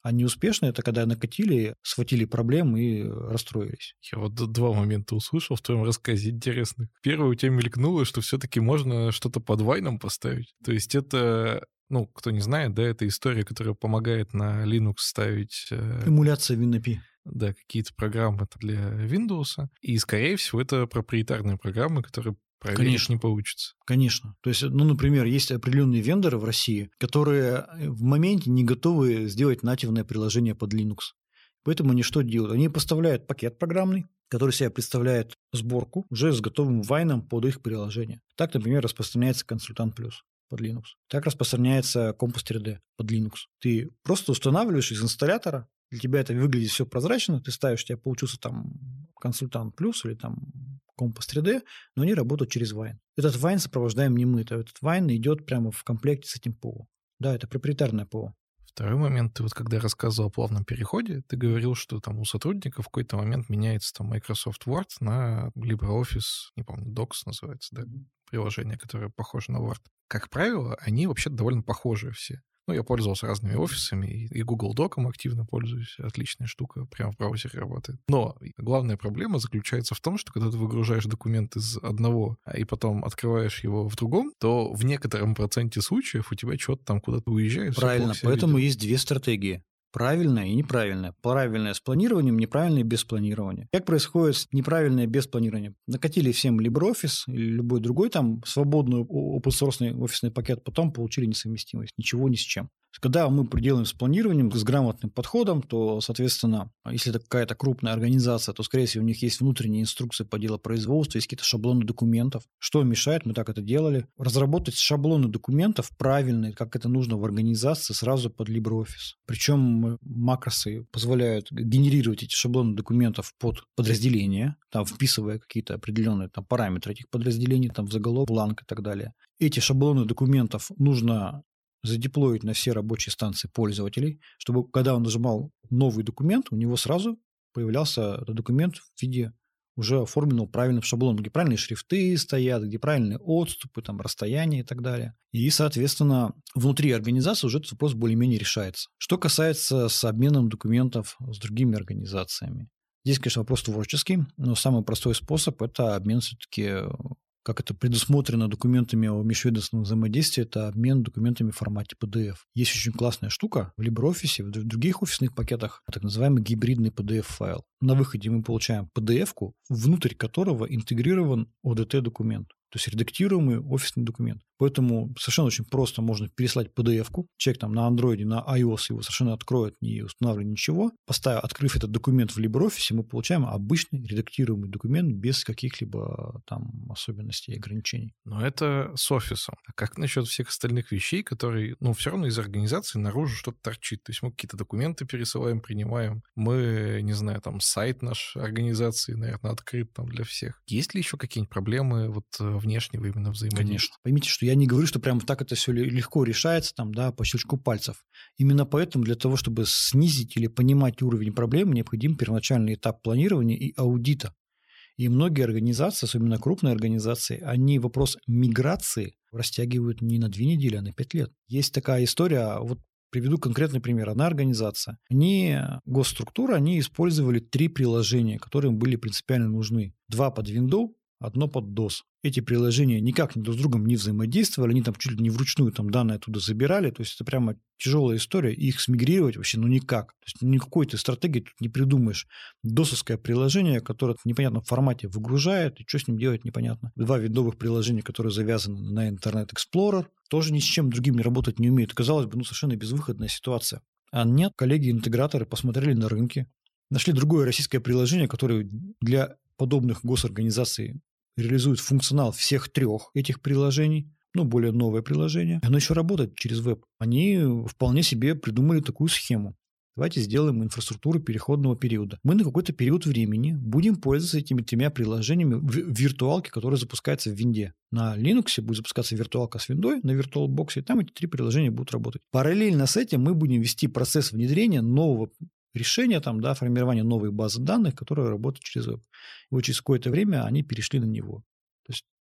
А неуспешные – это когда накатили, схватили проблем и расстроились. Я вот два момента услышал в твоем рассказе интересных. Первое, у тебя мелькнуло, что все-таки можно что-то под вайном поставить. То есть это... Ну, кто не знает, да, это история, которая помогает на Linux ставить... Э, Эмуляция WinAPI. Да, какие-то программы для Windows. И, скорее всего, это проприетарные программы, которые проверить Конечно. не получится. Конечно. То есть, ну, например, есть определенные вендоры в России, которые в моменте не готовы сделать нативное приложение под Linux. Поэтому они что делают? Они поставляют пакет программный, который себя представляет сборку уже с готовым вайном под их приложение. Так, например, распространяется Консультант Плюс под Linux. Так распространяется Compass три дэ под Linux. Ты просто устанавливаешь из инсталлятора, для тебя это выглядит все прозрачно, ты ставишь, у тебя получился там Консультант Плюс или там Compass три дэ, но они работают через Wine. Этот Wine сопровождаем не мы, этот Wine идет прямо в комплекте с этим ПО. Да, это проприетарное ПО. Второй момент, ты вот когда рассказывал о плавном переходе, ты говорил, что там у сотрудников в какой-то момент меняется там Microsoft Word на LibreOffice, не помню, Docs называется, да, приложение, которое похоже на Word. Как правило, они вообще довольно похожие все. Ну, я пользовался разными офисами, и Google Doc'ом активно пользуюсь. Отличная штука, прямо в браузере работает. Но главная проблема заключается в том, что когда ты выгружаешь документ из одного, и потом открываешь его в другом, то в некотором проценте случаев у тебя что-то там куда-то уезжает. Правильно, поэтому ведет. Есть две стратегии. Правильное и неправильное. Правильное с планированием, неправильное без планирования. Как происходит неправильное без планирования? Накатили всем LibreOffice или любой другой там свободный open-source офисный пакет, потом получили несовместимость. Ничего ни с чем. Когда мы делаем с планированием, с грамотным подходом, то, соответственно, если это какая-то крупная организация, то, скорее всего, у них есть внутренние инструкции по делопроизводству, есть какие-то шаблоны документов. Что мешает, мы так это делали, разработать шаблоны документов правильные, как это нужно в организации, сразу под LibreOffice. Причем макросы позволяют генерировать эти шаблоны документов под подразделения, там, вписывая какие-то определенные там, параметры этих подразделений, там, в заголовок, бланк и так далее. Эти шаблоны документов нужно задеплоить на все рабочие станции пользователей, чтобы когда он нажимал новый документ, у него сразу появлялся этот документ в виде уже оформленного правильным шаблоном, где правильные шрифты стоят, где правильные отступы, там, расстояния и так далее. И, соответственно, внутри организации уже этот вопрос более-менее решается. Что касается с обменом документов с другими организациями. Здесь, конечно, вопрос творческий, но самый простой способ – это обмен все-таки, как это предусмотрено документами о межведомственном взаимодействии, это обмен документами в формате пи ди эф. Есть очень классная штука в LibreOffice, в других офисных пакетах, так называемый гибридный пи ди эф-файл. На выходе мы получаем пи ди эф-ку, внутрь которого интегрирован о ди ти-документ, то есть редактируемый офисный документ. Поэтому совершенно очень просто можно переслать пи ди эф-ку. Человек там на Android, на iOS его совершенно откроет, не устанавливая ничего. Поставив, открыв этот документ в LibreOffice, мы получаем обычный редактируемый документ без каких-либо там особенностей и ограничений. Но это с офисом. А как насчет всех остальных вещей, которые, ну, все равно из организации наружу что-то торчит? То есть мы какие-то документы пересылаем, принимаем. Мы, не знаю, там сайт наш организации, наверное, открыт там для всех. Есть ли еще какие-нибудь проблемы вот внешнего именно взаимодействия? Конечно. Поймите, что я не говорю, что прямо так это все легко решается, там, да, по щелчку пальцев. Именно поэтому для того, чтобы снизить или понимать уровень проблем, необходим первоначальный этап планирования и аудита. И многие организации, особенно крупные организации, они вопрос миграции растягивают не на две недели, а на пять лет. Есть такая история, вот приведу конкретный пример. Одна организация, они, госструктура, они использовали три приложения, которые им были принципиально нужны. Два под Windows, одно под DOS. Эти приложения никак друг с другом не взаимодействовали, они там чуть ли не вручную там данные оттуда забирали, то есть это прямо тяжелая история, и их смигрировать вообще ну никак. То есть никакой ты стратегии тут не придумаешь. досовское приложение, которое в непонятном формате выгружает, и что с ним делать непонятно. Два виндовых приложения, которые завязаны на Internet Explorer, тоже ни с чем другим не работать не умеют. Казалось бы, ну совершенно безвыходная ситуация. А нет, коллеги-интеграторы посмотрели на рынке, нашли другое российское приложение, которое для подобных госорганизаций реализует функционал всех трех этих приложений, ну, более новое приложение. Оно еще работает через веб. Они вполне себе придумали такую схему. Давайте сделаем инфраструктуру переходного периода. Мы на какой-то период времени будем пользоваться этими тремя приложениями в виртуалке, которая запускается в Винде. На Linux будет запускаться виртуалка с Виндой, на VirtualBox, и там эти три приложения будут работать. Параллельно с этим мы будем вести процесс внедрения нового решение, там, да, формирование новой базы данных, которая работает через веб. И вот через какое-то время они перешли на него. То есть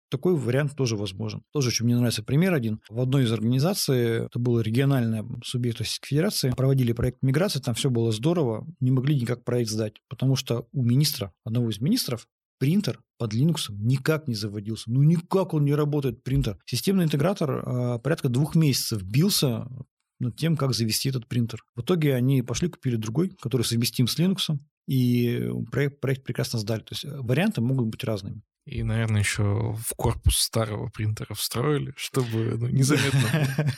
такой вариант тоже возможен. Тоже очень мне нравится пример один. В одной из организаций, это была региональная субъект Российской Федерации, проводили проект миграции, там все было здорово, не могли никак проект сдать, потому что у министра, одного из министров, принтер под Linux никак не заводился. Ну, никак он не работает, принтер. Системный интегратор э, порядка двух месяцев бился над тем, как завести этот принтер. В итоге они пошли, купили другой, который совместим с Linux, и проект, проект прекрасно сдали. То есть варианты могут быть разными. И, наверное, еще в корпус старого принтера встроили, чтобы ну, незаметно.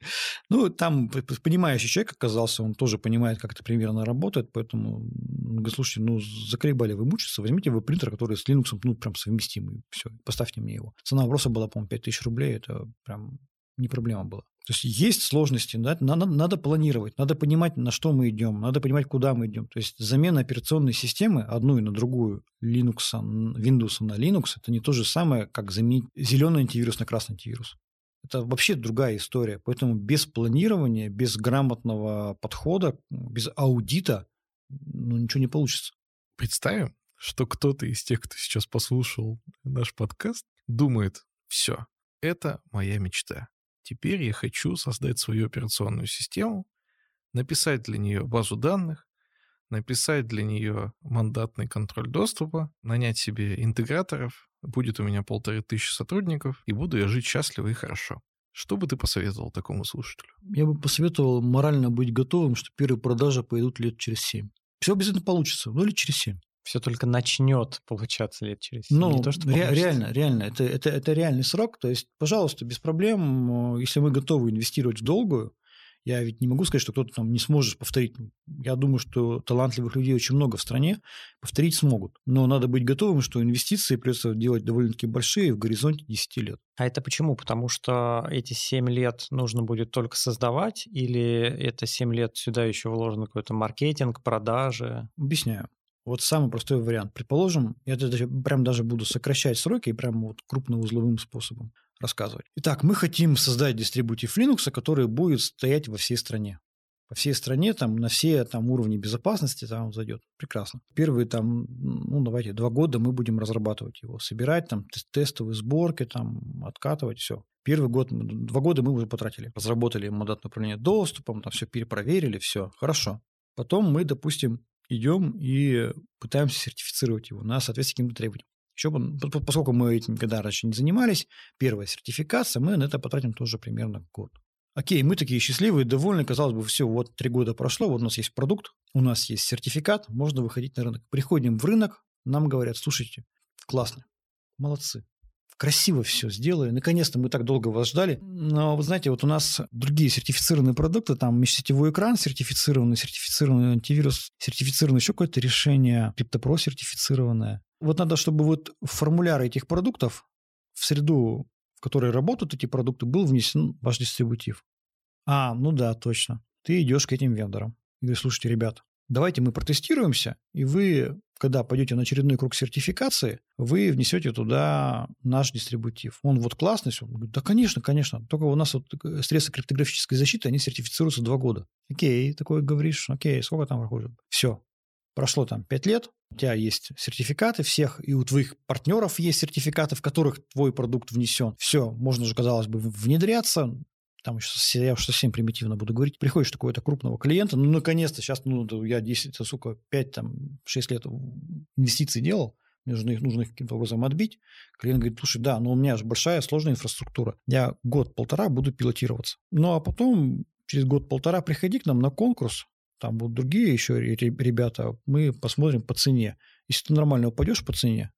Ну, там понимающий человек оказался, он тоже понимает, как это примерно работает, поэтому, говорит, слушайте, ну, заколебали вы мучиться, возьмите вы принтер, который с Linux, ну, прям совместимый, все, поставьте мне его. Цена вопроса была, по-моему, пять тысяч рублей, это прям не проблема была. То есть есть сложности, да? надо, надо планировать, надо понимать, на что мы идем, надо понимать, куда мы идем. То есть замена операционной системы одну и на другую, Linux, Windows на Linux, это не то же самое, как заменить зеленый антивирус на красный антивирус. Это вообще другая история. Поэтому без планирования, без грамотного подхода, без аудита ну, ничего не получится. Представим, что кто-то из тех, кто сейчас послушал наш подкаст, думает, все, это моя мечта. Теперь я хочу создать свою операционную систему, написать для нее базу данных, написать для нее мандатный контроль доступа, нанять себе интеграторов, будет у меня полторы тысячи сотрудников, и буду я жить счастливо и хорошо. Что бы ты посоветовал такому слушателю? Я бы посоветовал морально быть готовым, что первые продажи пойдут лет через семь. Все обязательно получится, ну, лет через семь. Все только начнет получаться лет через семь. Ну, не то, что ре- реально, реально, это, это, это реальный срок. То есть, пожалуйста, без проблем, если мы готовы инвестировать в долгую, я ведь не могу сказать, что кто-то там не сможет повторить. Я думаю, что талантливых людей очень много в стране, повторить смогут. Но надо быть готовым, что инвестиции придется делать довольно-таки большие в горизонте десять лет. А это почему? Потому что эти семь лет нужно будет только создавать, или это семь лет сюда еще вложен какой-то маркетинг, продажи? Объясняю. Вот самый простой вариант. Предположим, я даже, прям даже буду сокращать сроки и прям вот крупноузловым способом рассказывать. Итак, мы хотим создать дистрибутив Linux, который будет стоять во всей стране. По всей стране, там, на все там, уровни безопасности там зайдет. Прекрасно. Первые там, ну, давайте, два года мы будем разрабатывать его, собирать там тестовые сборки, там, откатывать, все. Первый год, два года мы уже потратили. Разработали мандатное управление доступом, там все перепроверили, все. Хорошо. Потом мы, допустим, идем и пытаемся сертифицировать его на соответствие каким-то требованиям. Еще, поскольку мы этим никогда раньше не занимались, первая сертификация, мы на это потратим тоже примерно год. Окей, мы такие счастливые, довольны, казалось бы, все, вот три года прошло, вот у нас есть продукт, у нас есть сертификат, можно выходить на рынок. Приходим в рынок, нам говорят, слушайте, классно, молодцы. Красиво все сделали. Наконец-то мы так долго вас ждали. Но, вы знаете, вот у нас другие сертифицированные продукты, там межсетевой экран сертифицированный, сертифицированный антивирус, сертифицированное еще какое-то решение, CryptoPro сертифицированное. Вот надо, чтобы вот формуляр этих продуктов в среду, в которой работают эти продукты, был внесен ваш дистрибутив. А, ну да, точно. Ты идешь к этим вендорам и говоришь, слушайте, ребята, давайте мы протестируемся, и вы, когда пойдете на очередной круг сертификации, вы внесете туда наш дистрибутив. Он вот классный. Он говорит, да, конечно, конечно. Только у нас вот средства криптографической защиты, они сертифицируются два года. Окей, такое говоришь, окей, сколько там проходит? Все. Прошло там пять лет, у тебя есть сертификаты всех, и у твоих партнеров есть сертификаты, в которых твой продукт внесен. Все, можно уже, казалось бы, внедряться. Там еще, я уж совсем примитивно буду говорить, приходишь такого-то крупного клиента, ну, наконец-то, сейчас, ну, я десять, сука, пять, там, шесть лет инвестиций делал, мне нужно их, нужно их каким-то образом отбить. Клиент говорит, слушай, да, но у меня же большая сложная инфраструктура, я год-полтора буду пилотироваться. Ну, а потом, через год-полтора приходи к нам на конкурс, там будут другие еще ребята, мы посмотрим по цене. Если ты нормально упадешь по цене,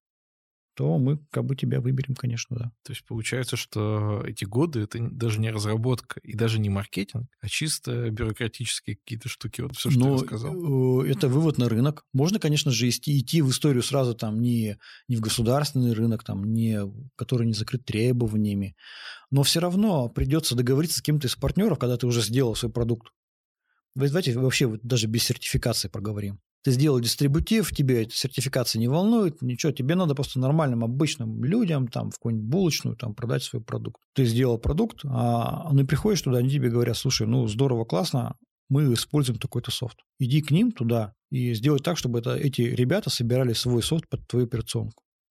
то мы как бы тебя выберем, конечно, да. То есть получается, что эти годы это даже не разработка и даже не маркетинг, а чисто бюрократические какие-то штуки. Вот все, что Но я сказал. Это вывод на рынок. Можно, конечно же, идти, идти в историю сразу там не, не в государственный рынок, там, не, который не закрыт требованиями. Но все равно придется договориться с кем-то из партнеров, когда ты уже сделал свой продукт. Давайте вообще даже без сертификации проговорим. Ты сделал дистрибутив, тебе эта сертификация не волнует, ничего, тебе надо просто нормальным, обычным людям там, в какую-нибудь булочную там, продать свой продукт. Ты сделал продукт, а ну, приходишь туда, они тебе говорят, слушай, ну здорово, классно, мы используем такой-то софт. Иди к ним туда и сделай так, чтобы это, эти ребята собирали свой софт под твою операционку.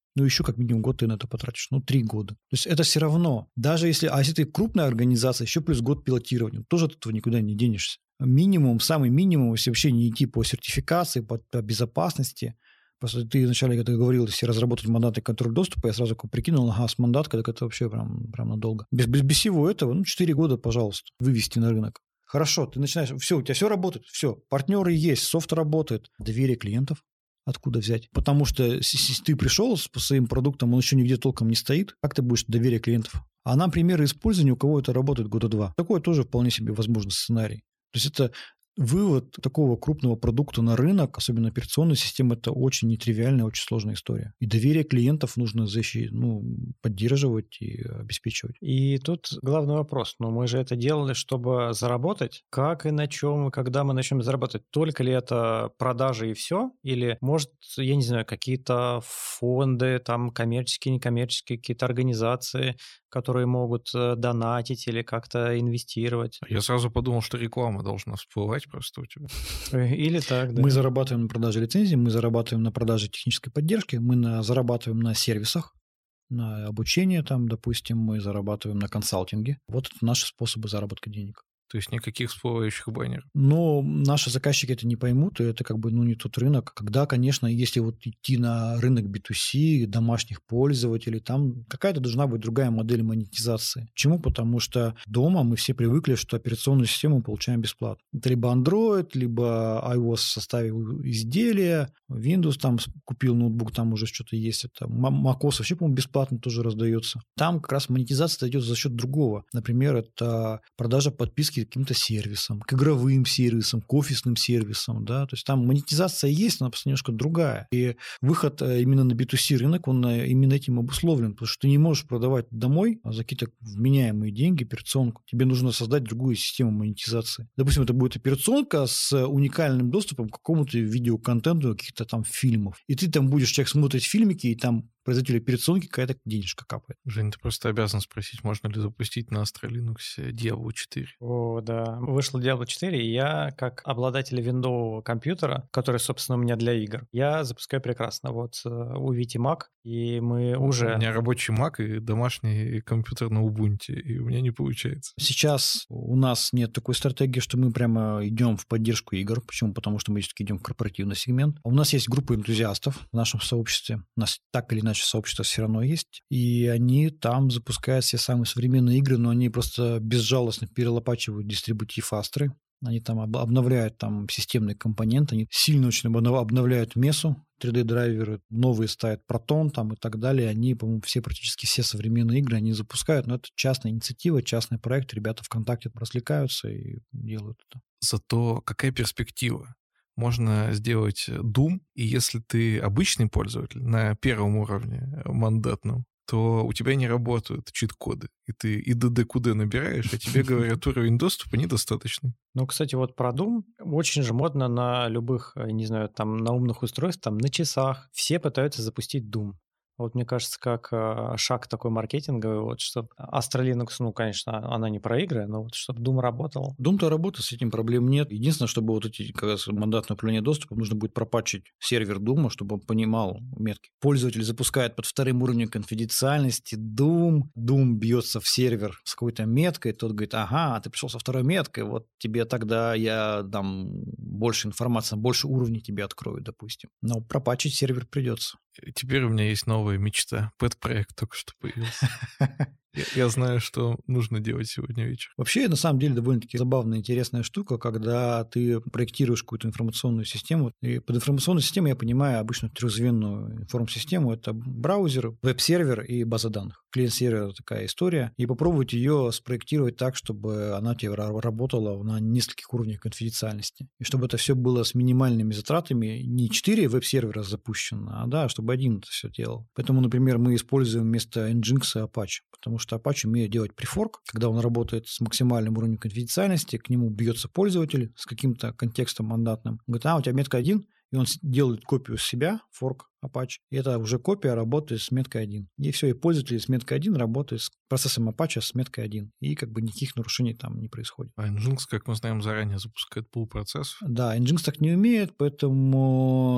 Ну, еще как минимум год ты на это потратишь. Ну, три года. То есть это все равно. Даже если... А если ты крупная организация, еще плюс год пилотирования, тоже от этого никуда не денешься. Минимум, самый минимум, если вообще не идти по сертификации, по, по безопасности. Просто ты вначале, когда говорил, если разработать мандаты контроль доступа, я сразу прикинул, ага, с мандат, так это вообще прям, прям надолго. Без, без, без всего этого, ну, четыре года, пожалуйста, вывести на рынок. Хорошо, ты начинаешь, все, у тебя все работает, все, партнеры есть, софт работает. Доверие клиентов откуда взять? Потому что если ты пришел по своим продуктам, он еще нигде толком не стоит, как ты будешь доверие клиентов? А нам примеры использования, у кого это работает года два. Такое тоже вполне себе возможный сценарий. То есть это вывод такого крупного продукта на рынок, особенно операционной системы, это очень нетривиальная, очень сложная история. И доверие клиентов нужно защищать, ну, поддерживать и обеспечивать. И тут главный вопрос. Ну, мы же это делали, чтобы заработать. Как и на чем, и когда мы начнем зарабатывать? Только ли это продажи и все? Или, может, я не знаю, какие-то фонды, там, коммерческие, некоммерческие, какие-то организации, которые могут донатить или как-то инвестировать? Я сразу подумал, что реклама должна всплывать просто у тебя. Или так, да. Мы зарабатываем на продаже лицензий, мы зарабатываем на продаже технической поддержки, мы на, зарабатываем на сервисах, на обучение там, допустим, мы зарабатываем на консалтинге. Вот это наши способы заработка денег. То есть никаких всплывающих баннеров. Но наши заказчики это не поймут, и это как бы ну, не тот рынок. Когда, конечно, если вот идти на рынок би ту си, домашних пользователей, там какая-то должна быть другая модель монетизации. Почему? Потому что дома мы все привыкли, что операционную систему мы получаем бесплатно. Это либо Android, либо iOS в составе изделия, Windows там купил ноутбук, там уже что-то есть. Это macOS вообще, по-моему, бесплатно тоже раздается. Там как раз монетизация идет за счет другого. Например, это продажа подписки к каким-то сервисам, к игровым сервисам, к офисным сервисам, да, то есть там монетизация есть, но она просто немножко другая. И выход именно на би ту си рынок, он именно этим обусловлен, потому что ты не можешь продавать домой за какие-то вменяемые деньги операционку. Тебе нужно создать другую систему монетизации. Допустим, это будет операционка с уникальным доступом к какому-то видеоконтенту, каких-то там фильмов. И ты там будешь, человек смотрит фильмики, и там производитель операционки какая-то денежка капает. Жень, ты просто обязан спросить, можно ли запустить на Astra Linux Diablo четыре. О, да. Вышло Diablo четыре, и я, как обладатель виндового компьютера, который, собственно, у меня для игр, я запускаю прекрасно. Вот у Вити Mac, и мы уже... У меня рабочий Mac и домашний компьютер на Ubuntu, и у меня не получается. Сейчас у нас нет такой стратегии, что мы прямо идем в поддержку игр. Почему? Потому что мы все-таки идем в корпоративный сегмент. У нас есть группа энтузиастов в нашем сообществе. У нас так или иначе сообщество все равно есть. И они там запускают все самые современные игры, но они просто безжалостно перелопачивают дистрибутив Астры. Они там обновляют там системные компоненты, они сильно очень обновляют месу, три дэ-драйверы, новые ставят Proton там и так далее. Они, по-моему, все, практически все современные игры они запускают, но это частная инициатива, частный проект. Ребята ВКонтакте развлекаются и делают это. Зато какая перспектива? Можно сделать Doom, и если ты обычный пользователь на первом уровне мандатном, то у тебя не работают чит-коды. И ты и ди ди кью ди набираешь, а тебе говорят, уровень доступа недостаточный. Ну, кстати, вот про Doom очень же модно на любых, не знаю, там, на умных устройствах, там, на часах. Все пытаются запустить Doom. Вот мне кажется, как э, шаг такой маркетинговый, вот, чтобы Astra Linux, ну, конечно, она не про игры, но вот чтобы Doom работал. Doom-то работает, с этим проблем нет. Единственное, чтобы вот эти как раз мандатное управление доступом, нужно будет пропатчить сервер Doom, чтобы он понимал метки. Пользователь запускает под вторым уровнем конфиденциальности Doom, Doom бьется в сервер с какой-то меткой, тот говорит, ага, ты пришел со второй меткой, вот тебе тогда я дам больше информации, больше уровней тебе открою, допустим. Но пропатчить сервер придется. Теперь у меня есть новая мечта. Пэт-проект только что появился. Я, я знаю, что нужно делать сегодня вечером. Вообще, на самом деле, довольно-таки забавная, интересная штука, когда ты проектируешь какую-то информационную систему. И под информационной системой я понимаю обычно трехзвенную информсистему. Это браузер, веб-сервер и база данных. Клиент-сервер – такая история. И попробовать ее спроектировать так, чтобы она у тебя работала на нескольких уровнях конфиденциальности. И чтобы это все было с минимальными затратами. Не четыре веб-сервера запущено, а да, чтобы один это все делал. Поэтому, например, мы используем вместо Nginx Apache, потому что Apache умеет делать префорк, когда он работает с максимальным уровнем конфиденциальности, к нему бьется пользователь с каким-то контекстом мандатным. Он говорит, а, у тебя метка один, и он делает копию себя, форк Apache, и это уже копия работает с меткой один. И все, и пользователь с меткой один работает с процессом Apache с меткой один, и как бы никаких нарушений там не происходит. А Nginx, как мы знаем, заранее запускает пул процессов. Да, Nginx так не умеет, поэтому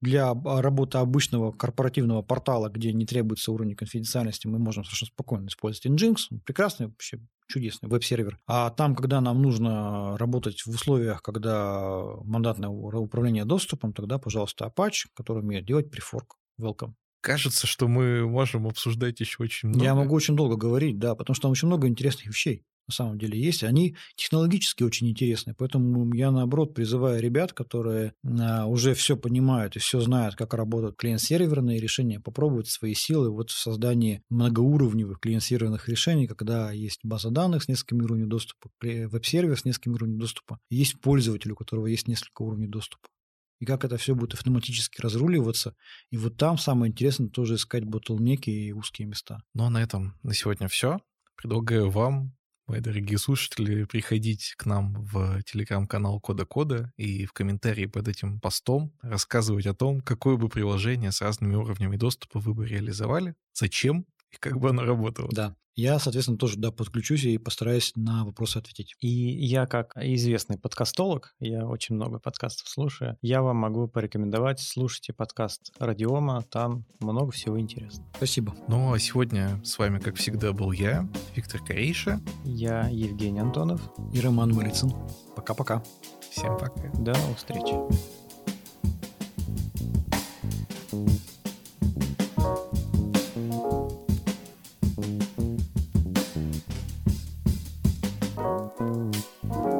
для работы обычного корпоративного портала, где не требуется уровень конфиденциальности, мы можем совершенно спокойно использовать Nginx. Прекрасный, вообще чудесный веб-сервер. А там, когда нам нужно работать в условиях, когда мандатное управление доступом, тогда, пожалуйста, Apache, который умеет делать префорк. Welcome. Кажется, что мы можем обсуждать еще очень много. Я могу очень долго говорить, да, потому что там очень много интересных вещей на самом деле есть. Они технологически очень интересны, поэтому я, наоборот, призываю ребят, которые а, уже все понимают и все знают, как работают клиент-серверные решения, попробовать свои силы вот в создании многоуровневых клиент-серверных решений, когда есть база данных с несколькими уровнями доступа, веб-сервер с несколькими уровнями доступа, и есть пользователь, у которого есть несколько уровней доступа. И как это все будет автоматически разруливаться. И вот там самое интересное тоже искать ботлнеки и узкие места. Ну а на этом на сегодня все. Предлагаю вам, мои дорогие слушатели, приходить к нам в телеграм-канал Кода Кода и в комментарии под этим постом рассказывать о том, какое бы приложение с разными уровнями доступа вы бы реализовали, зачем и как бы оно работало. Да. Я, соответственно, тоже да, подключусь и постараюсь на вопросы ответить. И я, как известный подкастолог, я очень много подкастов слушаю, я вам могу порекомендовать, слушайте подкаст Радиома, там много всего интересного. Спасибо. Ну а сегодня с вами, как всегда, был я, Виктор Корейша. Я Евгений Антонов. И Роман Малицын. Пока-пока. Всем пока. До новых встреч. Thank you.